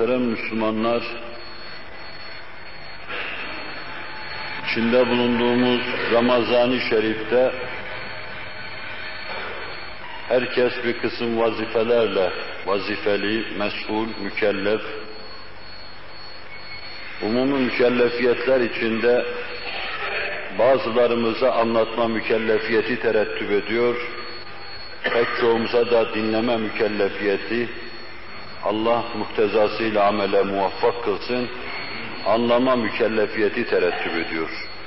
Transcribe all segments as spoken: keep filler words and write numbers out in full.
Muhterem Müslümanlar, içinde bulunduğumuz Ramazan-ı Şerif'te herkes bir kısım vazifelerle vazifeli, mesul, mükellef, umumi mükellefiyetler içinde bazılarımıza anlatma mükellefiyeti terettüp ediyor, pek çoğumuza da dinleme mükellefiyeti, Allah muhtezasıyla amele muvaffak kılsın, anlama mükellefiyeti terettüp ediyor.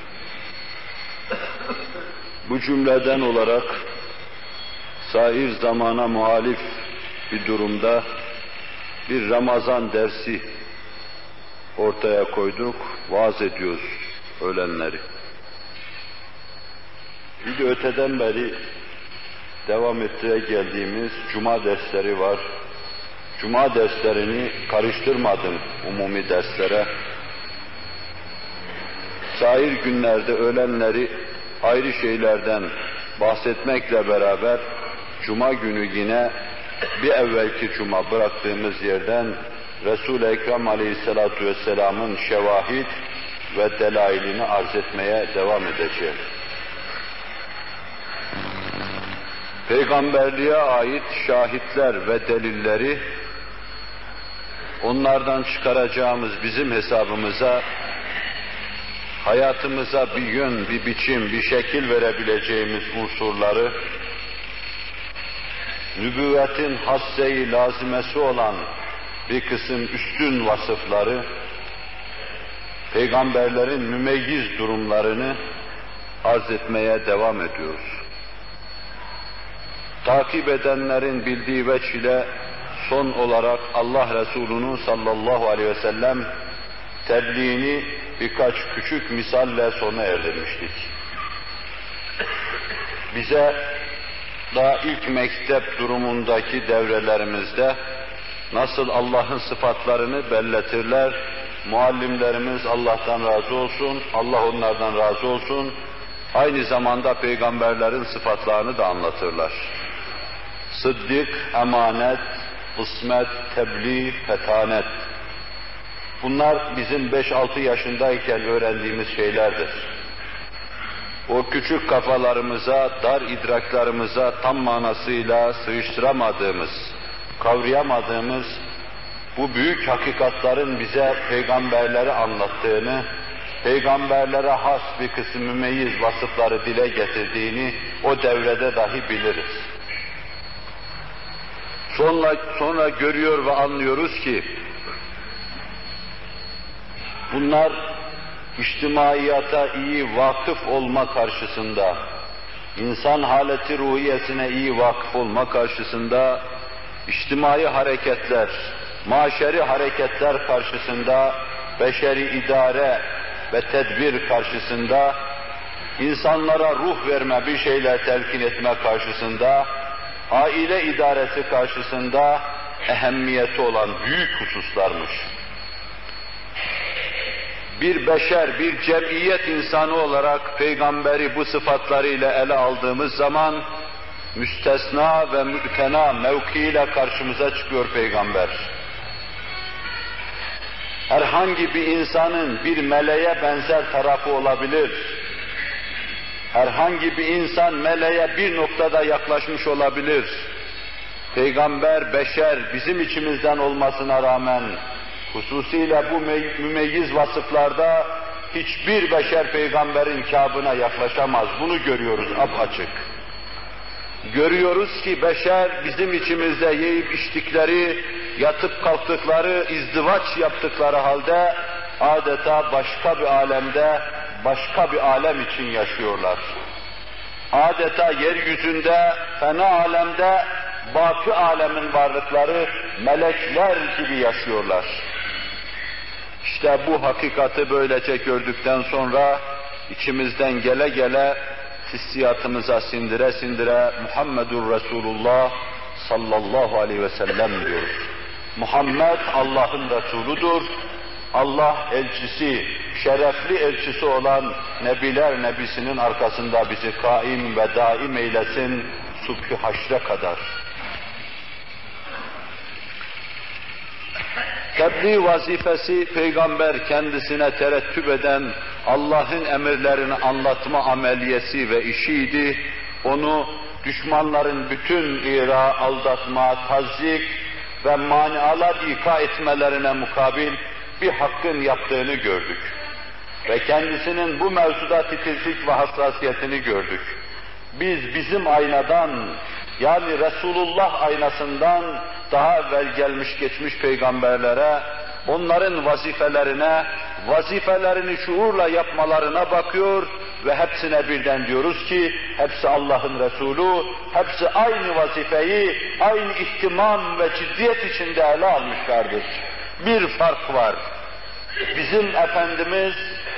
Bu cümleden olarak sair zamana muhalif bir durumda bir Ramazan dersi ortaya koyduk, vaaz ediyoruz ölenleri. Bir de öteden beri devam ettire geldiğimiz Cuma dersleri var. Cuma derslerini karıştırmadım umumi derslere. Sair günlerde ölenleri ayrı şeylerden bahsetmekle beraber Cuma günü yine bir evvelki Cuma bıraktığımız yerden Resul-i Ekrem Aleyhisselatü Vesselam'ın şevahid ve delailini arz etmeye devam edeceğim. Peygamberliğe ait şahitler ve delilleri, onlardan çıkaracağımız bizim hesabımıza, hayatımıza bir yön, bir biçim, bir şekil verebileceğimiz unsurları, nübüvvetin hasse-i lazimesi olan bir kısım üstün vasıfları, peygamberlerin mümeyyiz durumlarını arz etmeye devam ediyoruz. Takip edenlerin bildiği veç ile son olarak Allah Resulü'nün sallallahu aleyhi ve sellem tebliğini birkaç küçük misalle sona erdirmiştik. Bize daha ilk mektep durumundaki devrelerimizde nasıl Allah'ın sıfatlarını belletirler, muallimlerimiz Allah'tan razı olsun, Allah onlardan razı olsun, aynı zamanda peygamberlerin sıfatlarını da anlatırlar. Sıddık, emanet, kısmet, tebliğ, fetanet. Bunlar bizim beş altı yaşındayken öğrendiğimiz şeylerdir. O küçük kafalarımıza, dar idraklarımıza tam manasıyla sığıştıramadığımız, kavrayamadığımız bu büyük hakikatların bize peygamberleri anlattığını, peygamberlere has bir kısım mümeyyiz vasıfları dile getirdiğini o devrede dahi biliriz. Sonra, sonra görüyor ve anlıyoruz ki bunlar içtimaiyata iyi vakıf olma karşısında, insan haleti ruhiyesine iyi vakıf olma karşısında, içtimai hareketler, maşeri hareketler karşısında, beşeri idare ve tedbir karşısında, insanlara ruh verme, bir şeyler telkin etme karşısında, aile idaresi karşısında ehemmiyeti olan büyük hususlarmış. Bir beşer, bir cemiyet insanı olarak peygamberi bu sıfatlarıyla ele aldığımız zaman müstesna ve mütena mevkiiyle karşımıza çıkıyor peygamber. Herhangi bir insanın bir meleğe benzer tarafı olabilir. Herhangi bir insan meleğe bir noktada yaklaşmış olabilir. Peygamber, beşer, bizim içimizden olmasına rağmen, hususiyle bu mümeyyiz vasıflarda hiçbir beşer peygamberin kâbına yaklaşamaz. Bunu görüyoruz apaçık. Görüyoruz ki beşer bizim içimizde yiyip içtikleri, yatıp kalktıkları, izdivaç yaptıkları halde adeta başka bir alemde, başka bir alem için yaşıyorlar. Adeta yeryüzünde, fena alemde, baki alemin varlıkları melekler gibi yaşıyorlar. İşte bu hakikati böylece gördükten sonra içimizden gele gele hissiyatımıza sindire sindire Muhammedur Resulullah sallallahu aleyhi ve sellem diyoruz. Muhammed Allah'ın Resuludur. Allah elçisi, şerefli elçisi olan Nebiler Nebisi'nin arkasında bizi kaim ve daim eylesin subh-i haşre kadar. Tebliğ vazifesi peygamber kendisine terettüp eden Allah'ın emirlerini anlatma ameliyesi ve işiydi. Onu düşmanların bütün ira, aldatma, tazyik ve manialar ika etmelerine mukabil bir hakkın yaptığını gördük. Ve kendisinin bu mevzuda titizlik ve hassasiyetini gördük. Biz bizim aynadan, yani Resulullah aynasından daha evvel gelmiş geçmiş peygamberlere, onların vazifelerine, vazifelerini şuurla yapmalarına bakıyor ve hepsine birden diyoruz ki, hepsi Allah'ın Resulü, hepsi aynı vazifeyi, aynı ihtimam ve ciddiyet içinde ele almışlardır. Bir fark var. Bizim Efendimiz,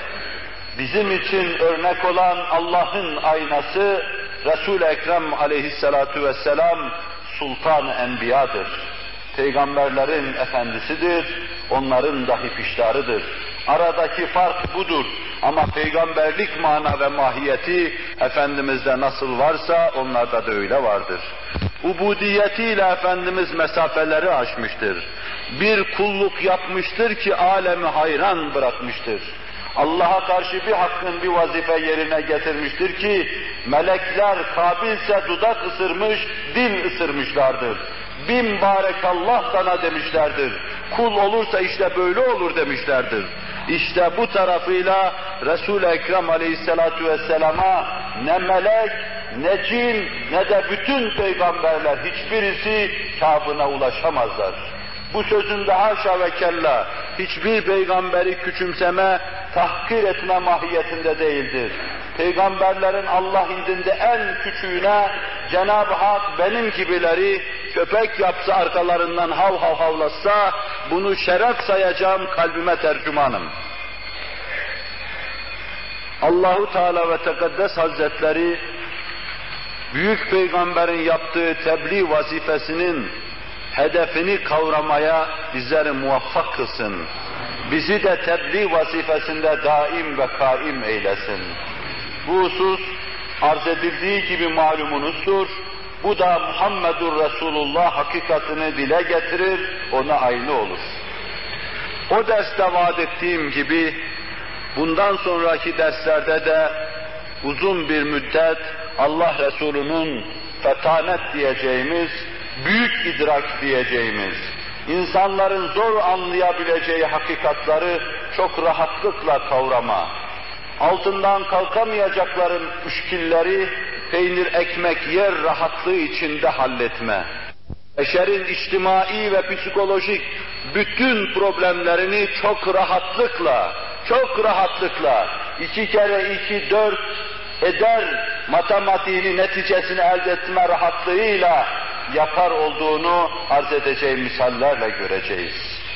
bizim için örnek olan Allah'ın aynası, Resul-i Ekrem aleyhissalatu vesselam Sultan-ı Enbiya'dır. Peygamberlerin efendisidir, onların dahi piştarıdır. Aradaki fark budur. Ama peygamberlik mana ve mahiyeti Efendimiz'de nasıl varsa onlarda da öyle vardır. Ubudiyetiyle Efendimiz mesafeleri aşmıştır. Bir kulluk yapmıştır ki alemi hayran bırakmıştır. Allah'a karşı bir hakkın bir vazife yerine getirmiştir ki melekler kabilse dudak ısırmış, dil ısırmışlardır. Bin barekallah sana demişlerdir. Kul olursa işte böyle olur demişlerdir. İşte bu tarafıyla Resul-i Ekrem aleyhissalatu vesselama ne melek, ne cin, ne de bütün peygamberler hiçbirisi kâbına ulaşamazlar. Bu sözünde haşa ve kella hiçbir peygamberi küçümseme, tahkir etme mahiyetinde değildir. Peygamberlerin Allah indinde en küçüğüne Cenab-ı Hak benim gibileri köpek yapsa arkalarından hav hav havlasa bunu şeref sayacağım, kalbime tercümanım. Allahu Teala ve Tekaddes Hazretleri büyük peygamberin yaptığı tebliğ vazifesinin hedefini kavramaya bizleri muvaffak kılsın. Bizi de tebliğ vazifesinde daim ve kaim eylesin. Bu husus arz edildiği gibi malumunuzdur. Bu da Muhammedur Resulullah hakikatini dile getirir, ona aynı olur. O derste vaat ettiğim gibi bundan sonraki derslerde de uzun bir müddet Allah Resulü'nün fetanet diyeceğimiz, büyük idrak diyeceğimiz, insanların zor anlayabileceği hakikatları çok rahatlıkla kavrama, altından kalkamayacakların müşkilleri peynir ekmek yer rahatlığı içinde halletme, beşerin içtimai ve psikolojik bütün problemlerini çok rahatlıkla, çok rahatlıkla iki kere iki dört eder matematiğini neticesini elde etme rahatlığıyla yapar olduğunu arz edeceğim misallerle göreceğiz.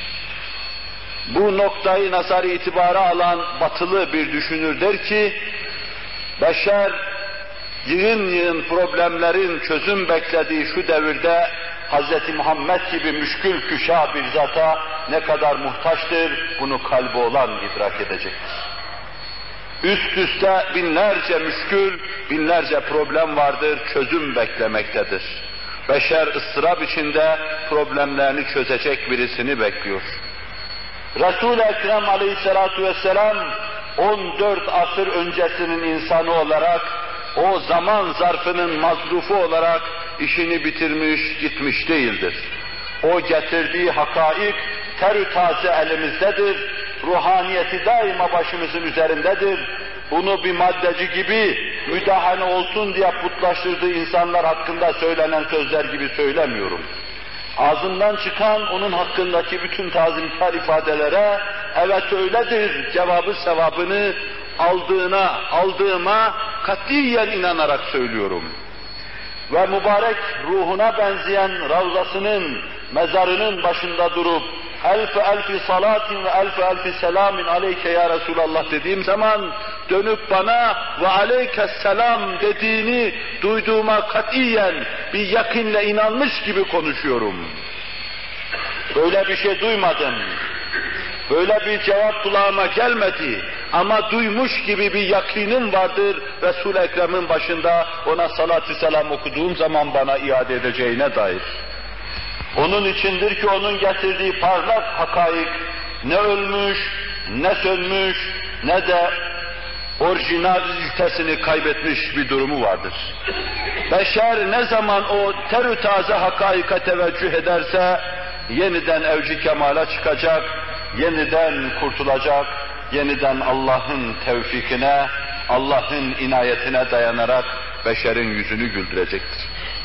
Bu noktayı nazar itibara alan batılı bir düşünür der ki, beşer yığın yığın problemlerin çözüm beklediği şu devirde Hz. Muhammed gibi müşkül küşa bir zata ne kadar muhtaçtır, bunu kalbi olan idrak edecektir. Üst üste binlerce müşkül, binlerce problem vardır, çözüm beklemektedir. Beşer ıstırap içinde problemlerini çözecek birisini bekliyor. Resul-i Ekrem aleyhissalatu vesselam on dört asır öncesinin insanı olarak, o zaman zarfının mazrufu olarak işini bitirmiş, gitmiş değildir. O getirdiği hakaik ter-ü taze elimizdedir, ruhaniyeti daima başımızın üzerindedir. Bunu bir maddeci gibi müdahale olsun diye putlaştırdığı insanlar hakkında söylenen sözler gibi söylemiyorum. Ağzından çıkan onun hakkındaki bütün tazimkar ifadelere evet öyledir cevabı sevabını aldığına, aldığıma katiyen inanarak söylüyorum. Ve mübarek ruhuna benzeyen ravzasının, mezarının başında durup elf elfi salatin ve elf elfi selamin aleyke ya Resulallah dediğim zaman dönüp bana ve aleykesselam dediğini duyduğuma katiyen bir yakinle inanmış gibi konuşuyorum. Böyle bir şey duymadım. Böyle bir cevap kulağıma gelmedi. Ama duymuş gibi bir yakinim vardır Resul-i Ekrem'in başında ona salat-ı selam okuduğum zaman bana iade edeceğine dair. Onun içindir ki onun getirdiği parlak hakaik ne ölmüş, ne sönmüş, ne de orijinalitesini kaybetmiş bir durumu vardır. Beşer ne zaman o terü taze hakaika teveccüh ederse, yeniden evci kemale çıkacak, yeniden kurtulacak, yeniden Allah'ın tevfikine, Allah'ın inayetine dayanarak beşerin yüzünü güldürecektir.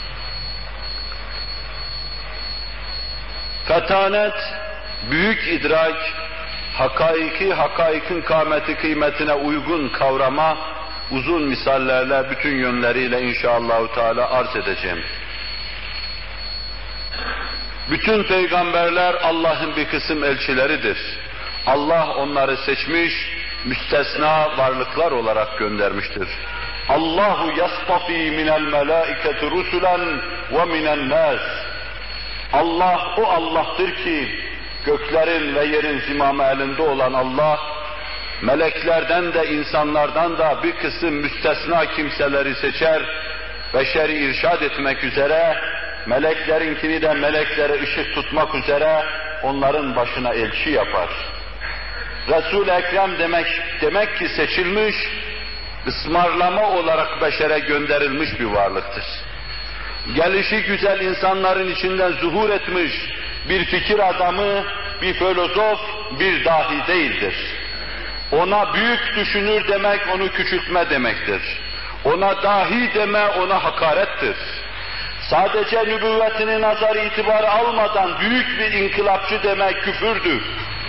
Fetanet, büyük idrak, hakaiki, hakaikin kâmeti kıymetine uygun kavrama, uzun misallerle, bütün yönleriyle inşallahü teâlâ arz edeceğim. Bütün peygamberler Allah'ın bir kısım elçileridir. Allah onları seçmiş, müstesna varlıklar olarak göndermiştir. Allahu yastafi minel melâiketi rusulen ve minen nâs. Allah o Allah'tır ki, göklerin ve yerin zimamı elinde olan Allah, meleklerden de insanlardan da bir kısım müstesna kimseleri seçer, beşeri irşad etmek üzere, meleklerinkini de meleklere ışık tutmak üzere onların başına elçi yapar. Resul-i Ekrem demek, demek ki seçilmiş, ısmarlama olarak beşere gönderilmiş bir varlıktır. Gelişi güzel insanların içinden zuhur etmiş bir fikir adamı, bir filozof, bir dahi değildir. Ona büyük düşünür demek, onu küçültme demektir. Ona dahi deme, ona hakarettir. Sadece nübüvvetini nazar itibarı almadan büyük bir inkılapçı demek küfürdür.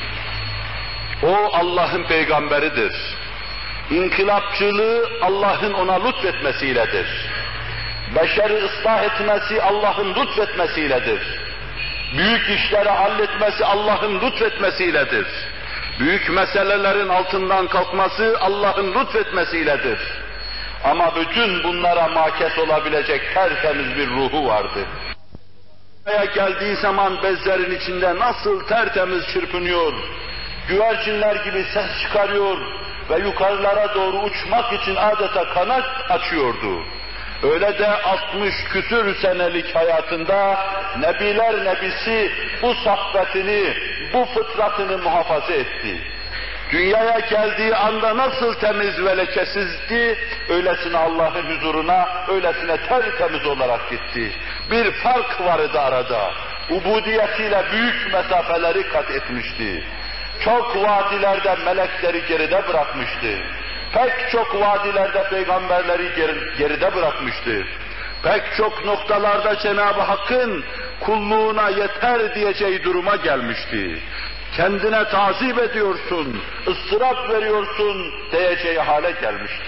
O Allah'ın peygamberidir. İnkılapçılığı Allah'ın ona lütfetmesiyledir. Beşeri ıslah etmesi Allah'ın lütfetmesiyledir. Büyük işleri halletmesi Allah'ın lütfetmesiyledir. Büyük meselelerin altından kalkması Allah'ın lütfetmesiyledir. Ama bütün bunlara makes olabilecek tertemiz bir ruhu vardı. Buraya geldiği zaman bezlerin içinde nasıl tertemiz çırpınıyor, güvercinler gibi ses çıkarıyor ve yukarılara doğru uçmak için adeta kanat açıyordu. Öyle de altmış küsür senelik hayatında Nebiler Nebisi bu saffetini, bu fıtratını muhafaza etti. Dünyaya geldiği anda nasıl temiz ve lekesizdi, öylesine Allah'ın huzuruna, öylesine tertemiz olarak gitti. Bir fark vardı arada. Ubudiyetiyle büyük mesafeleri kat etmişti. Çok vadilerde melekleri geride bırakmıştı. Pek çok vadilerde peygamberleri geride bırakmıştı. Pek çok noktalarda Cenab-ı Hakk'ın kulluğuna yeter diyeceği duruma gelmişti. Kendine tazip ediyorsun, ıstırap veriyorsun diyeceği hale gelmişti.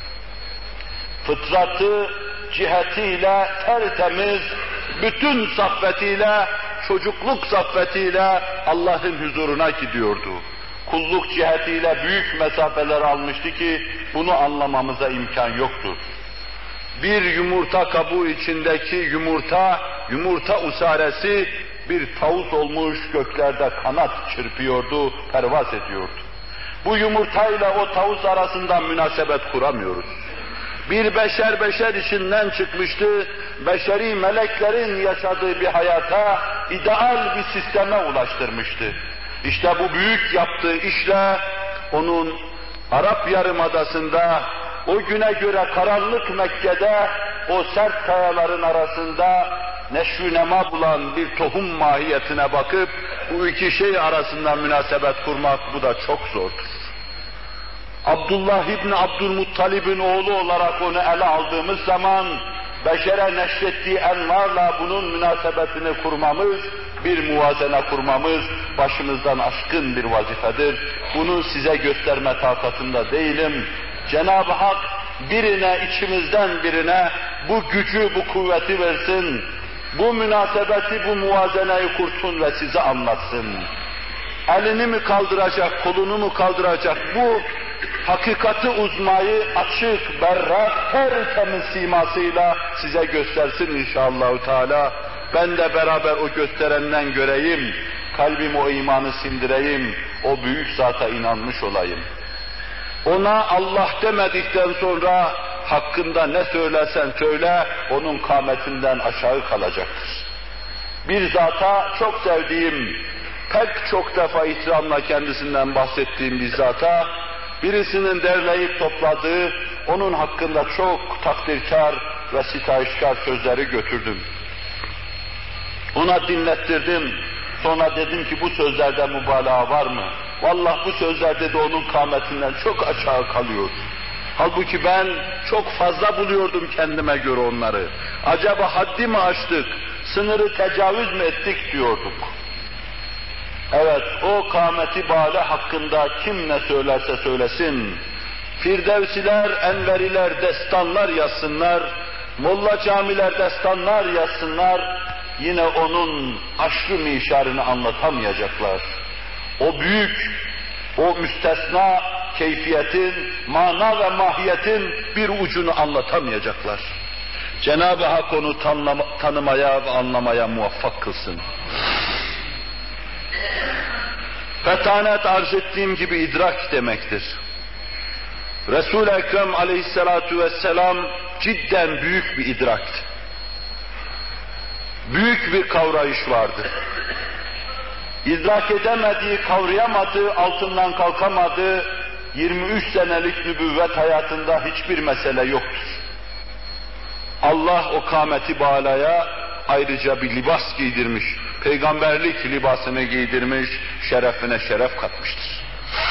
Fıtratı, cihetiyle tertemiz, bütün saffetiyle, çocukluk saffetiyle Allah'ın huzuruna gidiyordu. Kulluk cihetiyle büyük mesafeler almıştı ki bunu anlamamıza imkan yoktur. Bir yumurta kabuğu içindeki yumurta, yumurta usaresi bir tavus olmuş göklerde kanat çırpıyordu, pervaz ediyordu. Bu yumurtayla o tavus arasında münasebet kuramıyoruz. Bir beşer beşer içinden çıkmıştı, beşeri meleklerin yaşadığı bir hayata, ideal bir sisteme ulaştırmıştı. İşte bu büyük yaptığı işle onun Arap Yarımadası'nda, o güne göre karanlık Mekke'de, o sert kayaların arasında neşvü nema bulan bir tohum mahiyetine bakıp bu iki şey arasında münasebet kurmak, bu da çok zordur. Abdullah İbni Abdülmuttalib'in oğlu olarak onu ele aldığımız zaman beşere neşrettiği envarla bunun münasebetini kurmamız, bir muvazene kurmamız başımızdan aşkın bir vazifedir. Bunu size gösterme takatında değilim. Cenab-ı Hak birine, içimizden birine bu gücü, bu kuvveti versin. Bu münasebeti, bu muvazeneyi kursun ve size anlatsın. Elini mi kaldıracak, kolunu mu kaldıracak, bu hakikati uzmayı açık, berrak, tertemiz simasıyla size göstersin inşallahü teala. Ben de beraber o gösterenden göreyim, kalbim o imanı sindireyim, o büyük zata inanmış olayım. Ona Allah demedikten sonra hakkında ne söylersen söyle, onun kâmetinden aşağı kalacaktır. bir zata, çok sevdiğim, pek çok defa ihtiramla kendisinden bahsettiğim bir zata, birisinin derleyip topladığı, onun hakkında çok takdirkar ve sitayişkar sözleri götürdüm. Ona dinlettirdim. Sonra dedim ki bu sözlerde mübalağa var mı? Vallahi bu sözlerde de onun kâmetinden çok aşağı kalıyor. Halbuki ben çok fazla buluyordum kendime göre onları. Acaba haddi mi aştık, sınırı tecavüz mü ettik diyorduk. Evet, o kâmeti bâle hakkında kim ne söylerse söylesin, Firdevsiler, Enveriler destanlar yazsınlar, Molla camiler destanlar yazsınlar, yine onun aşrı mişarını anlatamayacaklar. O büyük, o müstesna keyfiyetin, mana ve mahiyetin bir ucunu anlatamayacaklar. Cenab-ı Hak onu tanlama, tanımaya ve anlamaya muvaffak kılsın. Fetanet arz ettiğim gibi idrak demektir. Resul-i Ekrem aleyhissalatu vesselam cidden büyük bir idraktı. Büyük bir kavrayış vardı. İdrak edemediği, kavrayamadığı, altından kalkamadığı yirmi üç senelik nübüvvet hayatında hiçbir mesele yoktur. Allah o kâmeti bâlaya ayrıca bir libas giydirmiş, peygamberlik libasını giydirmiş, şerefine şeref katmıştır.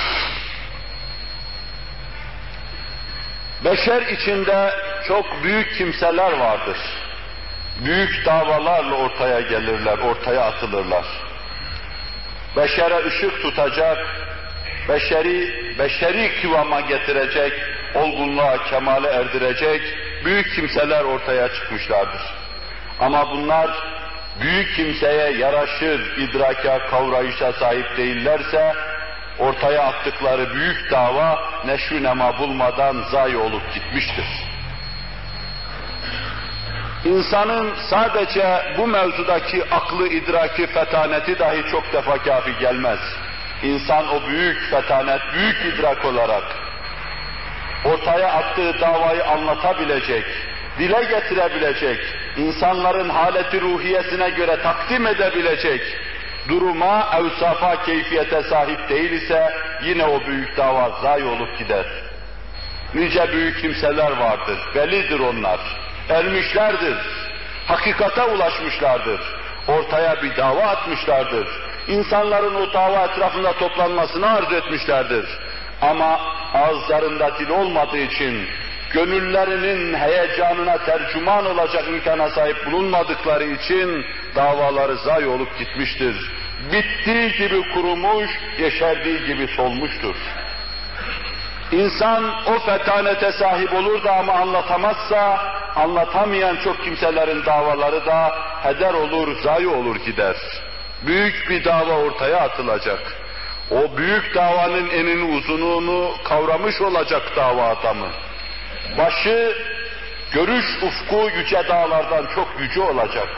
Beşer içinde çok büyük kimseler vardır. Büyük davalarla ortaya gelirler, ortaya atılırlar. Beşere ışık tutacak, beşeri, beşeri kıvama getirecek, olgunluğa, kemale erdirecek büyük kimseler ortaya çıkmışlardır. Ama bunlar büyük kimseye yaraşır idraka, kavrayışa sahip değillerse, ortaya attıkları büyük dava neşv-i nema bulmadan zayi olup gitmiştir. İnsanın sadece bu mevzudaki aklı, idraki, fetaneti dahi çok defa kafi gelmez. İnsan o büyük fetanet, büyük idrak olarak ortaya attığı davayı anlatabilecek, dile getirebilecek, insanların haleti ruhiyesine göre takdim edebilecek duruma, evsafa, keyfiyete sahip değil ise yine o büyük dava zayi olup gider. Nice büyük kimseler vardır, bellidir onlar. Ermişlerdir, hakikate ulaşmışlardır, ortaya bir dava atmışlardır, insanların o dava etrafında toplanmasını arzu etmişlerdir. Ama ağızlarında dil olmadığı için, gönüllerinin heyecanına tercüman olacak imkana sahip bulunmadıkları için davaları zayi olup gitmiştir. Bittiği gibi kurumuş, yeşerdiği gibi solmuştur. İnsan o fetanete sahip olur da ama anlatamazsa, anlatamayan çok kimselerin davaları da heder olur, zayi olur gider. Büyük bir dava ortaya atılacak. O büyük davanın enini uzunluğunu kavramış olacak dava adamı. Başı, görüş ufku yüce dağlardan çok yüce olacak.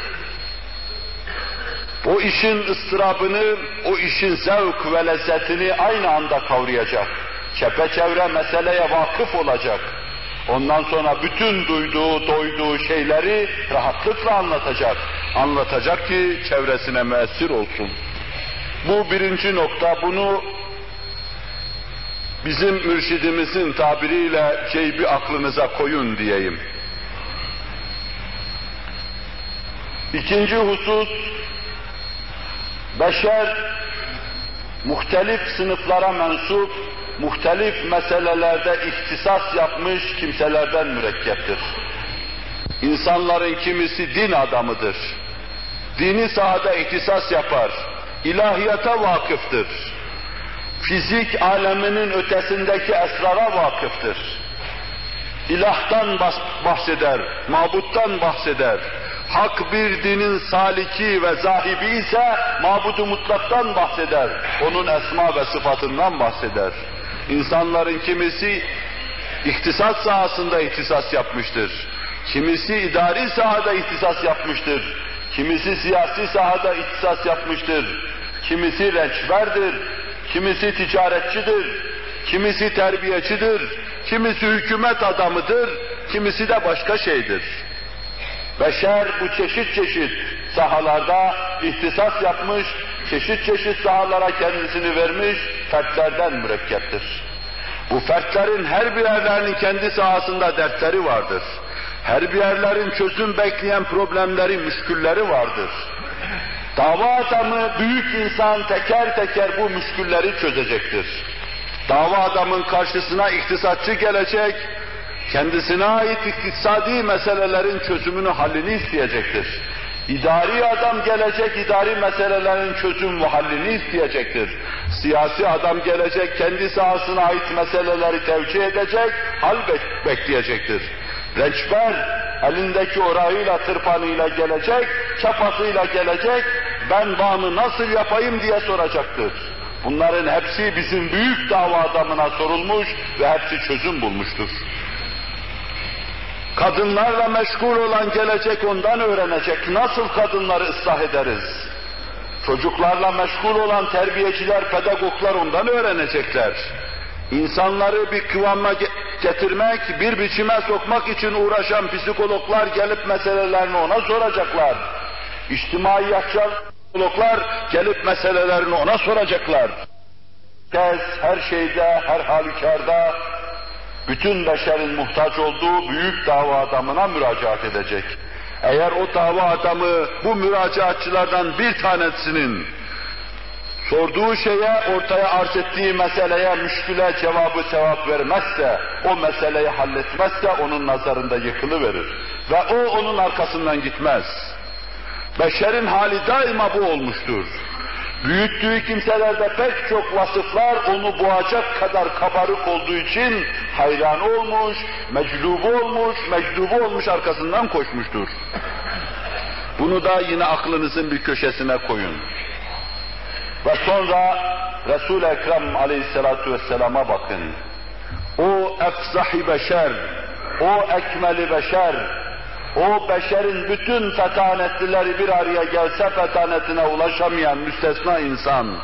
O işin ıstırabını, o işin zevk ve lezzetini aynı anda kavrayacak. Çepeçevre meseleye vakıf olacak. Ondan sonra bütün duyduğu, doyduğu şeyleri rahatlıkla anlatacak. Anlatacak ki çevresine müessir olsun. Bu birinci nokta, bunu bizim mürşidimizin tabiriyle ceybi aklınıza koyun diyeyim. İkinci husus, beşer muhtelif sınıflara mensup, muhtelif meselelerde ihtisas yapmış kimselerden mürekkeptir. İnsanların kimisi din adamıdır. Dini sahada ihtisas yapar, ilahiyata vakıftır. Fizik aleminin ötesindeki esrara vakıftır. İlahtan bahseder, mabuttan bahseder. Hak bir dinin saliki ve zahibi ise mabudu mutlaktan bahseder. Onun esma ve sıfatından bahseder. İnsanların kimisi ihtisas sahasında ihtisas yapmıştır. Kimisi idari sahada ihtisas yapmıştır. Kimisi siyasi sahada ihtisas yapmıştır. Kimisi rençberdir. Kimisi ticaretçidir. Kimisi terbiyecidir. Kimisi hükümet adamıdır. Kimisi de başka şeydir. Beşer bu çeşit çeşit sahalarda ihtisas yapmış, çeşit çeşit sahalara kendisini vermiş fertlerden mürekkeptir. Bu fertlerin her birerlerinin kendi sahasında dertleri vardır. Her birerlerin çözüm bekleyen problemleri, müşkülleri vardır. Dava adamı, büyük insan teker teker bu müşkülleri çözecektir. Dava adamın karşısına iktisatçı gelecek, kendisine ait iktisadi meselelerin çözümünü, hallini isteyecektir. İdari adam gelecek, idari meselelerin çözüm ve hallini isteyecektir. Siyasi adam gelecek, kendi sahasına ait meseleleri tevcih edecek, hal bek- bekleyecektir. Rençber, elindeki orağıyla, tırpanıyla gelecek, çapasıyla gelecek, ben bağımı nasıl yapayım diye soracaktır. Bunların hepsi bizim büyük dava adamına sorulmuş ve hepsi çözüm bulmuştur. Kadınlarla meşgul olan gelecek ondan öğrenecek. Nasıl kadınları ıslah ederiz? Çocuklarla meşgul olan terbiyeciler, pedagoglar ondan öğrenecekler. İnsanları bir kıvama getirmek, bir biçime sokmak için uğraşan psikologlar gelip meselelerini ona soracaklar. İçtimaiyatçılar, psikologlar gelip meselelerini ona soracaklar. Herkes her şeyde, her halükarda bütün beşerin muhtaç olduğu büyük dava adamına müracaat edecek. Eğer o dava adamı bu müracaatçılardan bir tanesinin sorduğu şeye, ortaya arz ettiği meseleye, müşküle cevabı sevap vermezse, o meseleyi halletmezse onun nazarında yıkılıverir. Ve o onun arkasından gitmez. Beşerin hali daima bu olmuştur. Büyüttüğü kimselerde pek çok vasıflar onu boğacak kadar kabarık olduğu için hayran olmuş, meclubu olmuş, meclubu olmuş arkasından koşmuştur. Bunu da yine aklınızın bir köşesine koyun. Ve sonra Resul-i Ekrem aleyhissalatu vesselama bakın. O efzah-i beşer, o ekmel-i beşer, o beşerin bütün fetanetlileri bir araya gelse fetanetine ulaşamayan müstesna insan,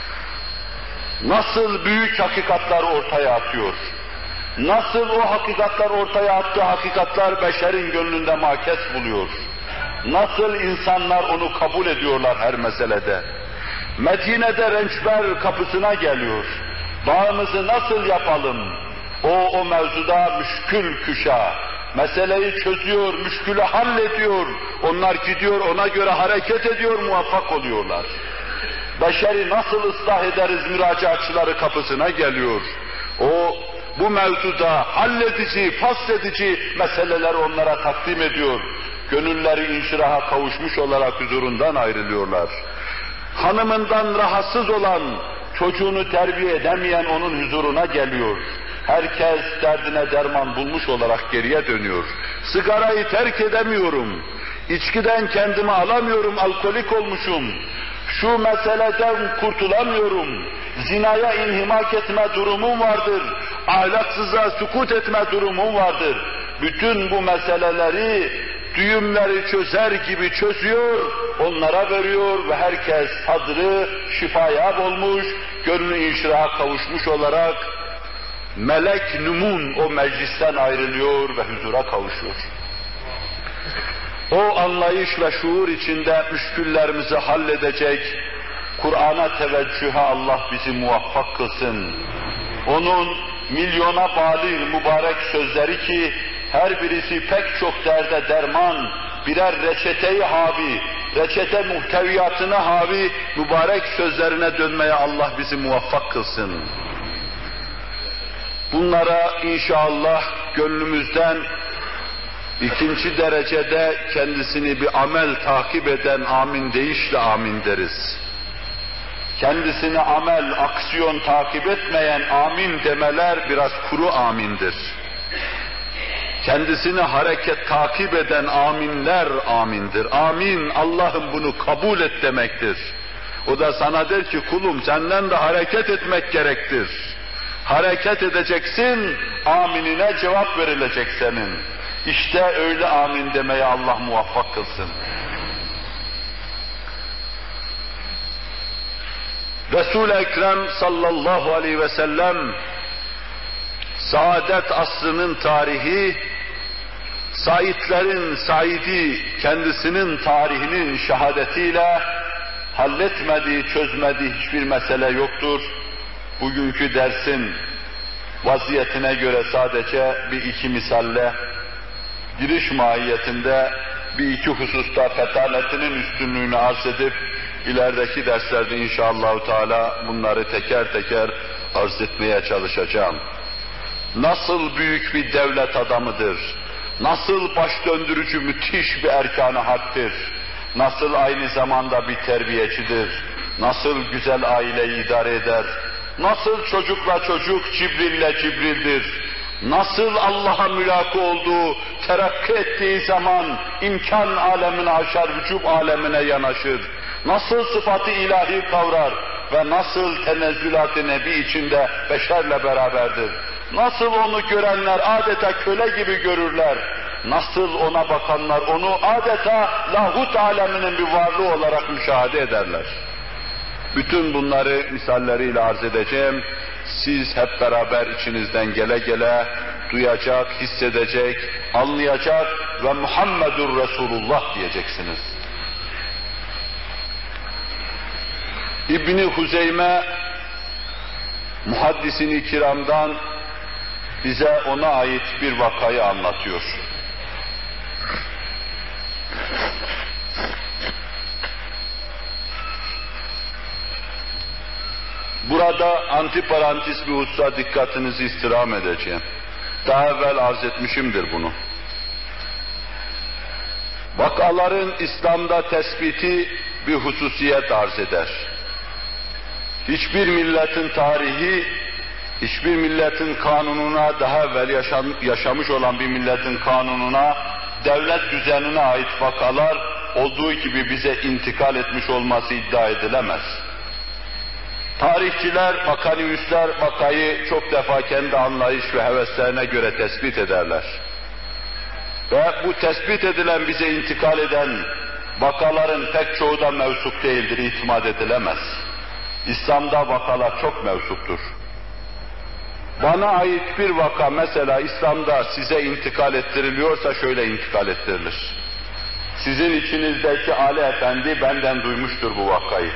nasıl büyük hakikatler ortaya atıyor, nasıl o hakikatler ortaya attığı hakikatler beşerin gönlünde makes buluyor, nasıl insanlar onu kabul ediyorlar her meselede. Medine'de rençber kapısına geliyor, bağımızı nasıl yapalım, o o mevzuda müşkül küşa, meseleyi çözüyor, müşkülü hallediyor, onlar gidiyor ona göre hareket ediyor, muvaffak oluyorlar. Beşeri nasıl ıslah ederiz müracaatçıları kapısına geliyor. O bu mevzuda halledici, fasledici meseleleri onlara takdim ediyor. Gönülleri inşiraha kavuşmuş olarak huzurundan ayrılıyorlar. Hanımından rahatsız olan, çocuğunu terbiye edemeyen onun huzuruna geliyor. Herkes derdine derman bulmuş olarak geriye dönüyor. Sigarayı terk edemiyorum, içkiden kendimi alamıyorum, alkolik olmuşum. Şu meseleden kurtulamıyorum, zinaya inhimak etme durumum vardır, ahlaksıza sukut etme durumum vardır. Bütün bu meseleleri, düğümleri çözer gibi çözüyor, onlara veriyor ve herkes sadrı şifaya olmuş, gönlü inşiraha kavuşmuş olarak melek numun o meclisten ayrılıyor ve huzura kavuşuyor. O anlayış ve şuur içinde müşküllerimizi halledecek, Kur'an'a teveccühe Allah bizi muvaffak kılsın. Onun milyona bali mübarek sözleri ki, her birisi pek çok derde derman, birer reçeteyi havi, reçete muhteviyatına havi mübarek sözlerine dönmeye Allah bizi muvaffak kılsın. Bunlara inşallah gönlümüzden ikinci derecede kendisini bir amel takip eden amin deyişle amin deriz. Kendisini amel, aksiyon takip etmeyen amin demeler biraz kuru amindir. Kendisini hareket takip eden aminler amindir. Amin, Allah'ım bunu kabul et demektir. O da sana der ki kulum senden de hareket etmek gerektir. Hareket edeceksin, aminine cevap verilecek senin. İşte öyle amin demeye Allah muvaffak kılsın. Resul-i Ekrem sallallahu aleyhi ve sellem saadet asrının tarihi, Saidlerin Saidi kendisinin tarihinin şehadetiyle halletmediği, çözmediği hiçbir mesele yoktur. Bugünkü dersin vaziyetine göre sadece bir iki misalle, giriş mahiyetinde bir iki hususta fetanetinin üstünlüğünü arz edip, ilerideki derslerde inşallah Teala bunları teker teker arz etmeye çalışacağım. Nasıl büyük bir devlet adamıdır, nasıl baş döndürücü müthiş bir erkan-ı haktır, nasıl aynı zamanda bir terbiyecidir, nasıl güzel aileyi idare eder, nasıl çocukla çocuk, Cibril'le Cibril'dir, nasıl Allah'a mülakı olduğu, terakki ettiği zaman imkan alemine aşar, vücub alemine yanaşır, nasıl sıfat-ı ilahi kavrar ve nasıl tenezzülat-ı nebi içinde beşerle beraberdir, nasıl onu görenler adeta köle gibi görürler, nasıl ona bakanlar onu adeta lahut aleminin bir varlığı olarak müşahede ederler. Bütün bunları misalleriyle arz edeceğim. Siz hep beraber içinizden gele gele duyacak, hissedecek, anlayacak ve Muhammedur Resulullah diyeceksiniz. İbn-i Huzeyme muhaddis-i kiramdan bize ona ait bir vakayı anlatıyor. Burada antiparantis bir hususa dikkatinizi istirham edeceğim. Daha evvel arz etmişimdir bunu. Vakaların İslam'da tespiti bir hususiyet arz eder. Hiçbir milletin tarihi, hiçbir milletin kanununa, daha evvel yaşam, yaşamış olan bir milletin kanununa, devlet düzenine ait vakalar olduğu gibi bize intikal etmiş olması iddia edilemez. Tarihçiler, vakaniyüsler vakayı çok defa kendi anlayış ve heveslerine göre tespit ederler. Ve bu tespit edilen, bize intikal eden vakaların pek çoğu da mevsuk değildir, itimat edilemez. İslam'da vakalar çok mevsuktur. Bana ait bir vaka mesela İslam'da size intikal ettiriliyorsa şöyle intikal ettirilir. Sizin içinizdeki Ali Efendi benden duymuştur bu vakayı.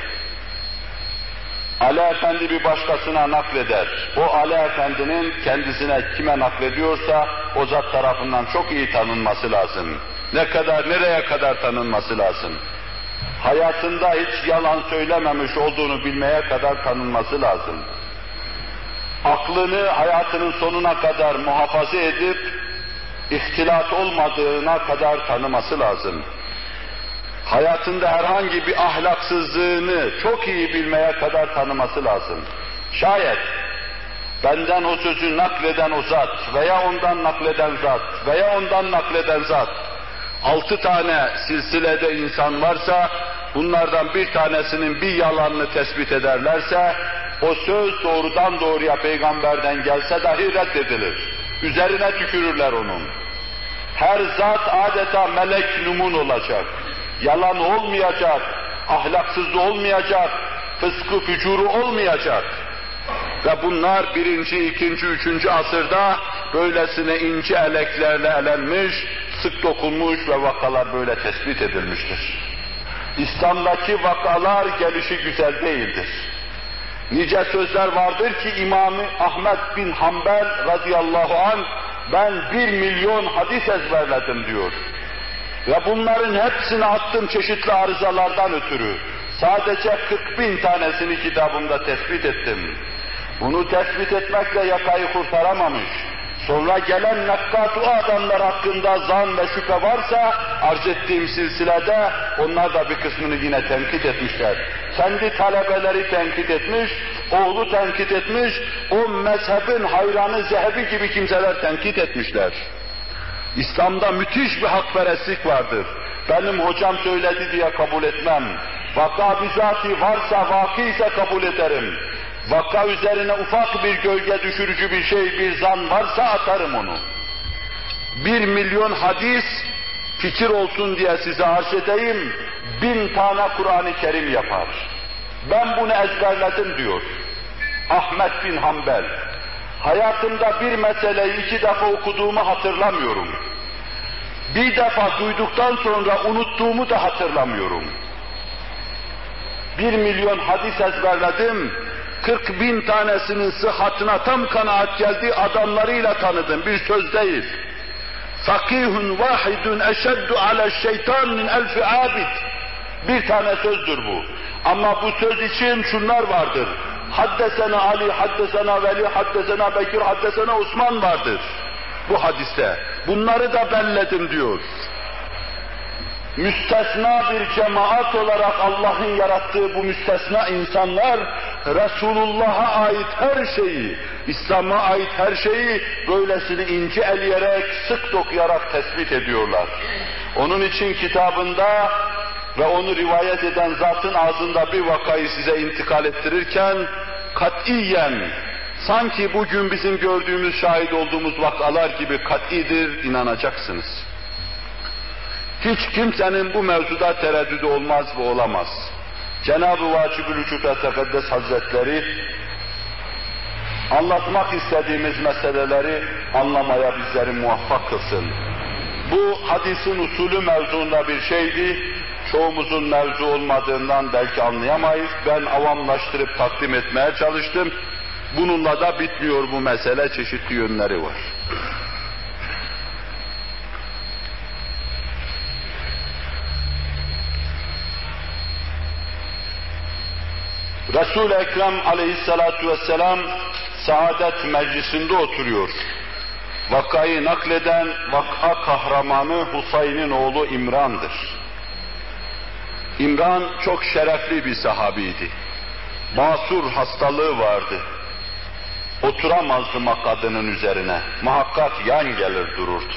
Ali Efendi bir başkasına nakleder. O Ali Efendi'nin kendisine kime naklediyorsa o zat tarafından çok iyi tanınması lazım. Ne kadar, nereye kadar tanınması lazım? Hayatında hiç yalan söylememiş olduğunu bilmeye kadar tanınması lazım. Aklını hayatının sonuna kadar muhafaza edip ihtilat olmadığına kadar tanıması lazım. Hayatında herhangi bir ahlaksızlığını çok iyi bilmeye kadar tanıması lazım. Şayet benden o sözü nakleden o zat veya ondan nakleden zat veya ondan nakleden zat altı tane silsilede insan varsa bunlardan bir tanesinin bir yalanını tespit ederlerse o söz doğrudan doğruya peygamberden gelse dahi reddedilir. Üzerine tükürürler onun. Her zat adeta melek numun olacak. Yalan olmayacak, ahlaksızlığı olmayacak, fıskı fücuru olmayacak. Ve bunlar birinci, ikinci, üçüncü asırda böylesine ince eleklerle elenmiş, sık dokunmuş ve vakalar böyle tespit edilmiştir. İslam'daki vakalar gelişi güzel değildir. Nice sözler vardır ki İmam-ı Ahmed bin Hanbel radıyallahu anh ben bir milyon hadis ezberledim diyor. Ve bunların hepsini attım çeşitli arızalardan ötürü. Sadece kırk bin tanesini kitabımda tespit ettim. Bunu tespit etmekle yakayı kurtaramamış. Sonra gelen nakkat o adamlar hakkında zan ve şüphe varsa arz ettiğim silsilede onlar da bir kısmını yine tenkit etmişler. Kendi talebeleri tenkit etmiş, oğlu tenkit etmiş, o mezhebin hayranı Zehebi gibi kimseler tenkit etmişler. İslam'da müthiş bir hakperestlik vardır. Benim hocam söyledi diye kabul etmem. Vaka bizatihi varsa, vaki ise kabul ederim. Vaka üzerine ufak bir gölge düşürücü bir şey, bir zan varsa atarım onu. Bir milyon hadis fikir olsun diye size arz edeyim, bin tane Kur'an-ı Kerim yapar. Ben bunu ezberledim diyor Ahmed bin Hanbel. Hayatımda bir meseleyi iki defa okuduğumu hatırlamıyorum. Bir defa duyduktan sonra unuttuğumu da hatırlamıyorum. Bir milyon hadis ezberledim, kırk bin tanesinin sıhhatine tam kanaat geldi, adamlarıyla tanıdım, bir söz değil. Fakihun vahidun eşeddu ala şeytan min elfi abid. Bir tane sözdür bu. Ama bu söz için şunlar vardır. Haddesena Ali, haddesena Veli, haddesena Bekir, haddesena Osman vardır bu hadiste. Bunları da belledim diyor. Müstesna bir cemaat olarak Allah'ın yarattığı bu müstesna insanlar, Resulullah'a ait her şeyi, İslam'a ait her şeyi böylesini ince eleyerek, sık dokuyarak tespit ediyorlar. Onun için kitabında ve onu rivayet eden zatın ağzında bir vakayı size intikal ettirirken, katiyen, sanki bugün bizim gördüğümüz, şahit olduğumuz vakalar gibi katidir, inanacaksınız. Hiç kimsenin bu mevzuda tereddüdü olmaz ve olamaz. Cenab-ı Vacib-ül Vücud ve Tekaddes Hazretleri, anlatmak istediğimiz meseleleri anlamaya bizleri muvaffak kılsın. Bu hadisin usulü mevzuunda bir şeydi, çoğumuzun mevzu olmadığından belki anlayamayız. Ben avamlaştırıp takdim etmeye çalıştım. Bununla da bitmiyor bu mesele, çeşitli yönleri var. Resul-i Ekrem aleyhissalatu vesselam saadet meclisinde oturuyor. Vakayı nakleden vaka kahramanı Husayn'in oğlu İmran'dır. İmran çok şerefli bir sahabiydi. Basur hastalığı vardı. Oturamazdı makadının üzerine. Muhakkak yan gelir dururdu.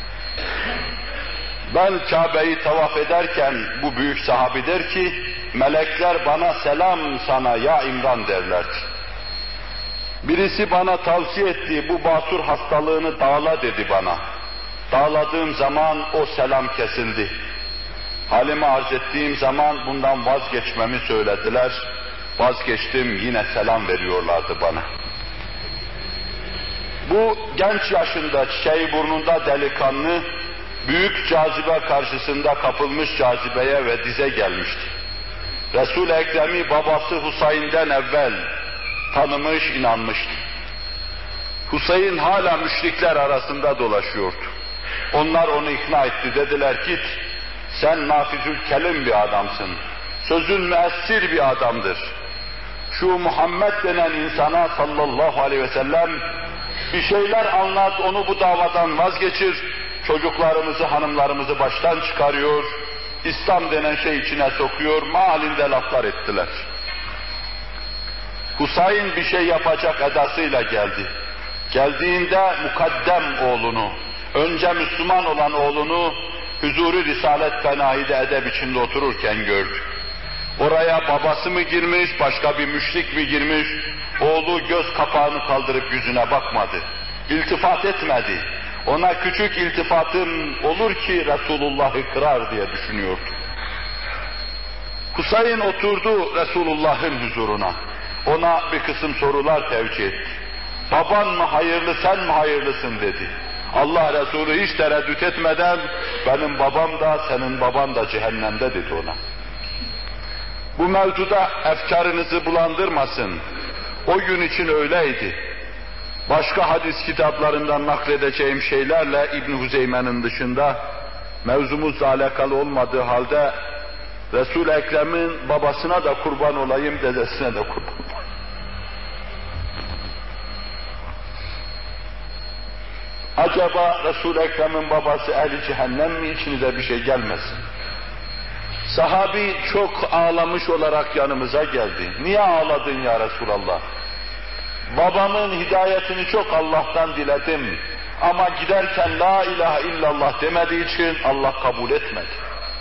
Ben Kabe'yi tavaf ederken bu büyük sahabi der ki, melekler bana selam sana ya İmran derlerdi. Birisi bana tavsiye ettiği bu basur hastalığını dağla dedi bana. Dağladığım zaman o selam kesildi. Halimi arz ettiğim zaman bundan vazgeçmemi söylediler. Vazgeçtim, yine selam veriyorlardı bana. Bu genç yaşında, çiçeği burnunda delikanlı, büyük cazibe karşısında kapılmış cazibeye ve dize gelmişti. Resul-i Ekrem'i babası Husayn'den evvel tanımış, inanmıştı. Husayn hala müşrikler arasında dolaşıyordu. Onlar onu ikna etti, dediler git, sen nafizül kelim bir adamsın, sözün müessir bir adamdır. Şu Muhammed denen insana sallallahu aleyhi ve sellem bir şeyler anlat, onu bu davadan vazgeçir, çocuklarımızı, hanımlarımızı baştan çıkarıyor, İslam denen şey içine sokuyor, mahallinde laflar ettiler. Husayn bir şey yapacak edasıyla geldi. Geldiğinde mukaddem oğlunu, önce Müslüman olan oğlunu, huzuru Risalet Fenahi'de edeb içinde otururken gördü. Oraya babası mı girmiş, başka bir müşrik mi girmiş, oğlu göz kapağını kaldırıp yüzüne bakmadı. İltifat etmedi. Ona küçük iltifatım olur ki Resulullah'ı kırar diye düşünüyordu. Husayn oturdu Resulullah'ın huzuruna. Ona bir kısım sorular tevcih etti. Baban mı hayırlı, sen mi hayırlısın dedi. Allah Resulü hiç tereddüt etmeden benim babam da senin baban da cehennemde dedi ona. Bu mevzuda efkarınızı bulandırmasın. O gün için öyleydi. Başka hadis kitaplarından nakledeceğim şeylerle İbn Huzeyme'nin dışında mevzumuzla alakalı olmadığı halde Resul-i Ekrem'in babasına da kurban olayım, dedesine de kurban olayım. Acaba Resul-i Ekrem'in babası ehli cehennem mi, içinize bir şey gelmesin? Sahabi çok ağlamış olarak yanımıza geldi. Niye ağladın ya Resulallah? Babamın hidayetini çok Allah'tan diledim. Ama giderken la ilahe illallah demediği için Allah kabul etmedi.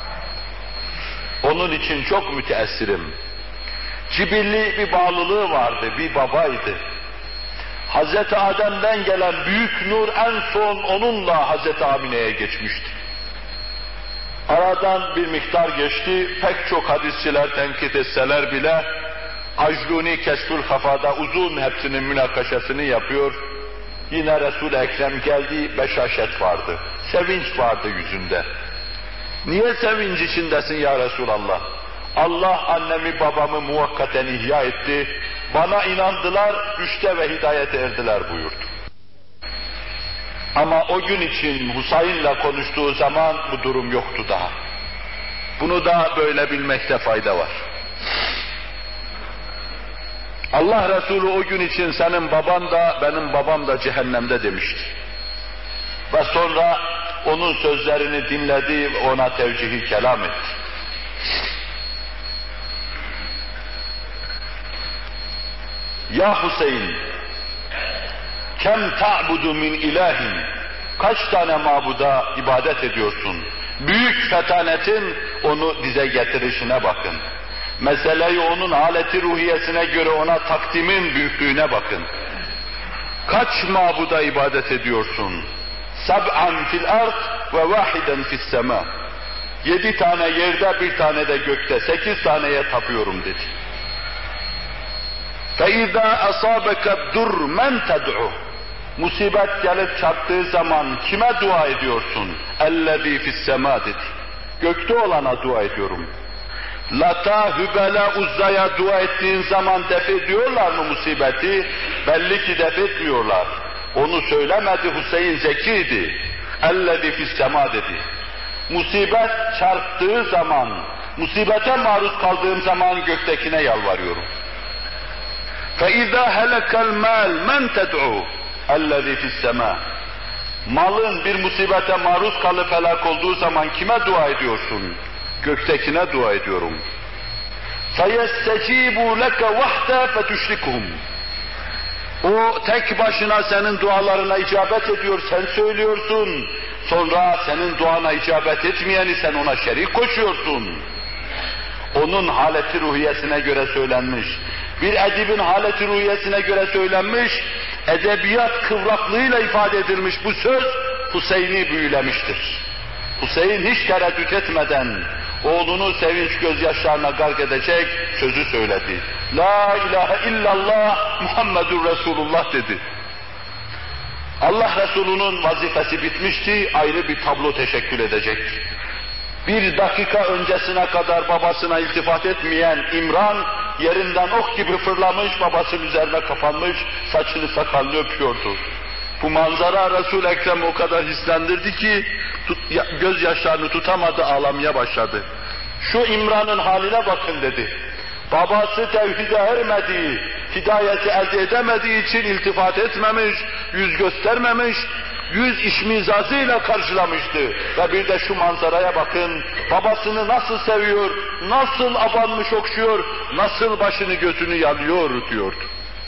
Onun için çok müteessirim. Cibilli bir bağlılığı vardı, bir babaydı. Hazreti Adem'den gelen büyük nur en son onunla Hazreti Amine'ye geçmişti. Aradan bir miktar geçti, pek çok hadisçiler tenkit etseler bile Acluni Keşfül Hafa'da uzun hepsinin münakaşasını yapıyor. Yine Resul-i Ekrem geldi, beşaşet vardı. Sevinç vardı yüzünde. Niye sevinç içindesin ya Resulallah? Allah annemi babamı muvakkaten ihya etti, bana inandılar, rüşte ve hidayete erdiler buyurdu. Ama o gün için Husayn'la konuştuğu zaman bu durum yoktu daha. Bunu da böyle bilmekte fayda var. Allah Resulü o gün için senin baban da benim babam da cehennemde demişti. Ve sonra onun sözlerini dinledi, ona tevcihi kelam etti. Ya Hüseyin, kem ta'budu min ilahin, kaç tane mabuda ibadet ediyorsun? Büyük fetanetin onu dize getirişine bakın. Meseleyi onun haleti ruhiyesine göre ona takdimin büyüklüğüne bakın. Kaç mabuda ibadet ediyorsun? Sab'an fil ard ve vahiden fis sema. Yedi tane yerde, bir tane de gökte, sekiz taneye tapıyorum dedi. فَاِذَا أَصَابَكَ الدُّرْ مَنْ تَدْعُ. Musibet gelip çarptığı zaman kime dua ediyorsun? اَلَّذ۪ي فِي السَّمَا dedi. Gökte olana dua ediyorum. Lata, Hübel'e, Uzza'ya dua ettiğin zaman def ediyorlar mı musibeti? Belli ki def etmiyorlar. Onu söylemedi, Hüseyin zekiydi. اَلَّذ۪ي فِي السَّمَا dedi. Musibet çarptığı zaman, musibete maruz kaldığım zaman göktekine yalvarıyorum. فَاِذَا هَلَكَ الْمَالِ مَنْ تَدْعُوا اَلَّذ۪ي فِي السَّمَا. Malın bir musibete maruz kalıp helak olduğu zaman kime dua ediyorsun? Göktekine dua ediyorum. فَيَسْتَجِيبُوا لَكَ وَحْدَ فَتُشْرِكُهُمْ. O tek başına senin dualarına icabet ediyor, sen söylüyorsun. Sonra senin duana icabet etmeyeni sen ona şerik koşuyorsun. Onun haleti ruhiyesine göre söylenmiş. Bir edibin haleti ruhiyesine göre söylenmiş, edebiyat kıvraklığıyla ifade edilmiş bu söz, Hüseyin'i büyülemiştir. Hüseyin hiç tereddüt etmeden, oğlunu sevinç gözyaşlarına gark edecek sözü söyledi. La ilahe illallah Muhammedur Resulullah dedi. Allah Resulü'nün vazifesi bitmişti, ayrı bir tablo teşekkül edecek. Bir dakika öncesine kadar babasına iltifat etmeyen İmran, yerinden ok gibi fırlamış, babasının üzerine kapanmış, saçını sakalını öpüyordu. Bu manzara Resul-i Ekrem o kadar hislendirdi ki, tut, ya, gözyaşlarını tutamadı, ağlamaya başladı. Şu İmran'ın haline bakın dedi. Babası tevhide ermediği, hidayeti elde edemediği için iltifat etmemiş, yüz göstermemiş, yüz işmizazıyla karşılamıştı. Ve bir de şu manzaraya bakın, babasını nasıl seviyor, nasıl abanmış okşuyor, nasıl başını gözünü yalıyor diyordu.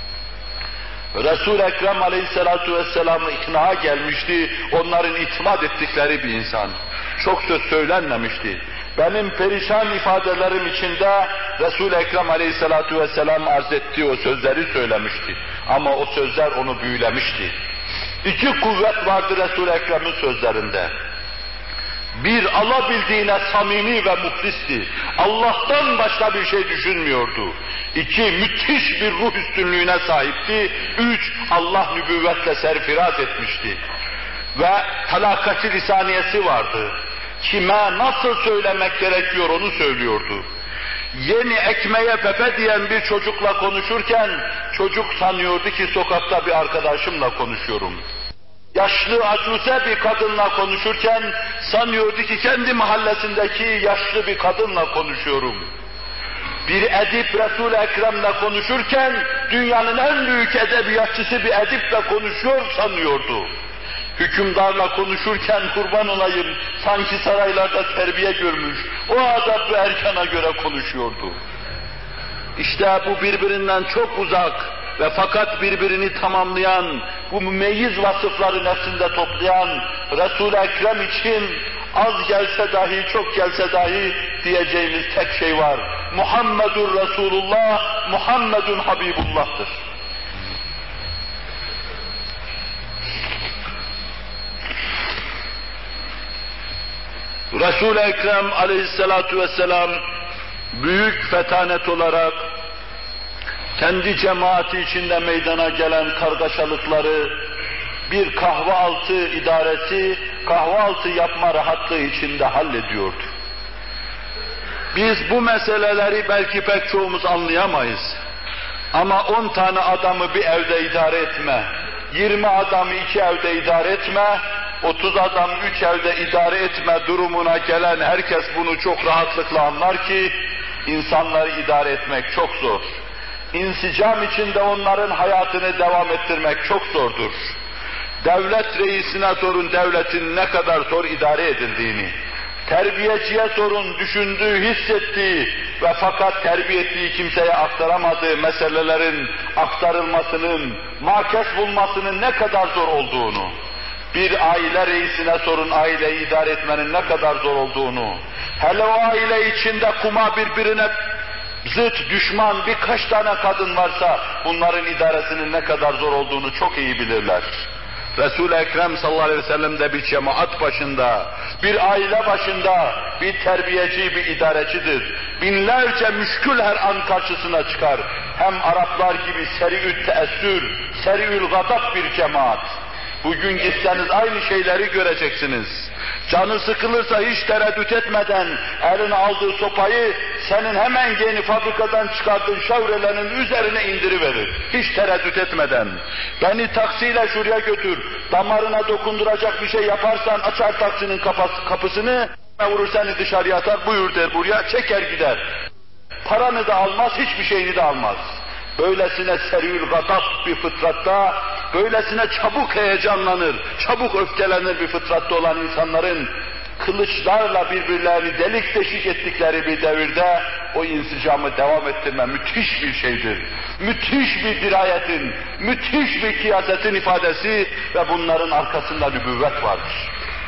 Resul-i Ekrem aleyhissalatu vesselam'ı iknaa gelmişti, onların itimat ettikleri bir insan. Çok söz söylenmemişti. Benim perişan ifadelerim içinde Resul-i Ekrem aleyhissalatu vesselam arz ettiği o sözleri söylemişti. Ama o sözler onu büyülemişti. İki kuvvet vardı Resul-i Ekrem'in sözlerinde. Bir, alabildiğine samimi ve muhlisti. Allah'tan başka bir şey düşünmüyordu. İki, müthiş bir ruh üstünlüğüne sahipti. Üç, Allah nübüvvetle serfiraz etmişti. Ve talakati lisaniyesi vardı. Kime nasıl söylemek gerekiyor onu söylüyordu. Yeni ekmeğe pepe diyen bir çocukla konuşurken, çocuk sanıyordu ki sokakta bir arkadaşımla konuşuyorum. Yaşlı acuse bir kadınla konuşurken, sanıyordu ki kendi mahallesindeki yaşlı bir kadınla konuşuyorum. Bir edip Resul-i Ekrem'le konuşurken, dünyanın en büyük edebiyatçısı bir ediple konuşuyor sanıyordu. Hükümdarla konuşurken kurban olayım, sanki saraylarda terbiye görmüş, o adab ve erkana göre konuşuyordu. İşte bu birbirinden çok uzak ve fakat birbirini tamamlayan, bu mümeyyiz vasıfları nefsinde toplayan Resul-i Ekrem için az gelse dahi, çok gelse dahi diyeceğimiz tek şey var. Muhammedur Resulullah, Muhammedun Habibullah'tır. Resul-i Ekrem aleyhissalatu vesselam büyük fetanet olarak kendi cemaati içinde meydana gelen kargaşalıkları bir kahve altı idaresi kahvaltı yapma rahatlığı içinde hallediyordu. Biz bu meseleleri belki pek çoğumuz anlayamayız. Ama on tane adamı bir evde idare etme, yirmi adamı iki evde idare etme, otuz adam üç evde idare etme durumuna gelen herkes bunu çok rahatlıkla anlar ki insanları idare etmek çok zor. İnsicam içinde onların hayatını devam ettirmek çok zordur. Devlet reisine sorun devletin ne kadar zor idare edildiğini, terbiyeciye sorun düşündüğü, hissettiği ve fakat terbiye ettiği kimseye aktaramadığı meselelerin aktarılmasının, makes bulmasının ne kadar zor olduğunu, bir aile reisine sorun aileyi idare etmenin ne kadar zor olduğunu, hele o aile içinde kuma birbirine zıt, düşman birkaç tane kadın varsa bunların idaresinin ne kadar zor olduğunu çok iyi bilirler. Resul-i Ekrem sallallahu aleyhi ve sellem de bir cemaat başında, bir aile başında bir terbiyeci, bir idarecidir. Binlerce müşkül her an karşısına çıkar. Hem Araplar gibi seri-ül teessür, seri-ül gadab bir cemaat. Bugün gitseniz aynı şeyleri göreceksiniz. Canı sıkılırsa hiç tereddüt etmeden eline aldığı sopayı senin hemen yeni fabrikadan çıkardığın Chevrolet'in üzerine indiriverir. Hiç tereddüt etmeden. Beni taksiyle şuraya götür. Damarına dokunduracak bir şey yaparsan açar taksinin kapısını, vurur seni dışarıya atar, buyur der buraya, çeker gider. Paranı da almaz, hiçbir şeyini de almaz. Böylesine seriyül gadab bir fıtratta, böylesine çabuk heyecanlanır, çabuk öfkelenir bir fıtratta olan insanların kılıçlarla birbirlerini delik deşik ettikleri bir devirde o insicamı devam ettirme müthiş bir şeydir. Müthiş bir dirayetin, müthiş bir kiyasetin ifadesi ve bunların arkasında nübüvvet vardır.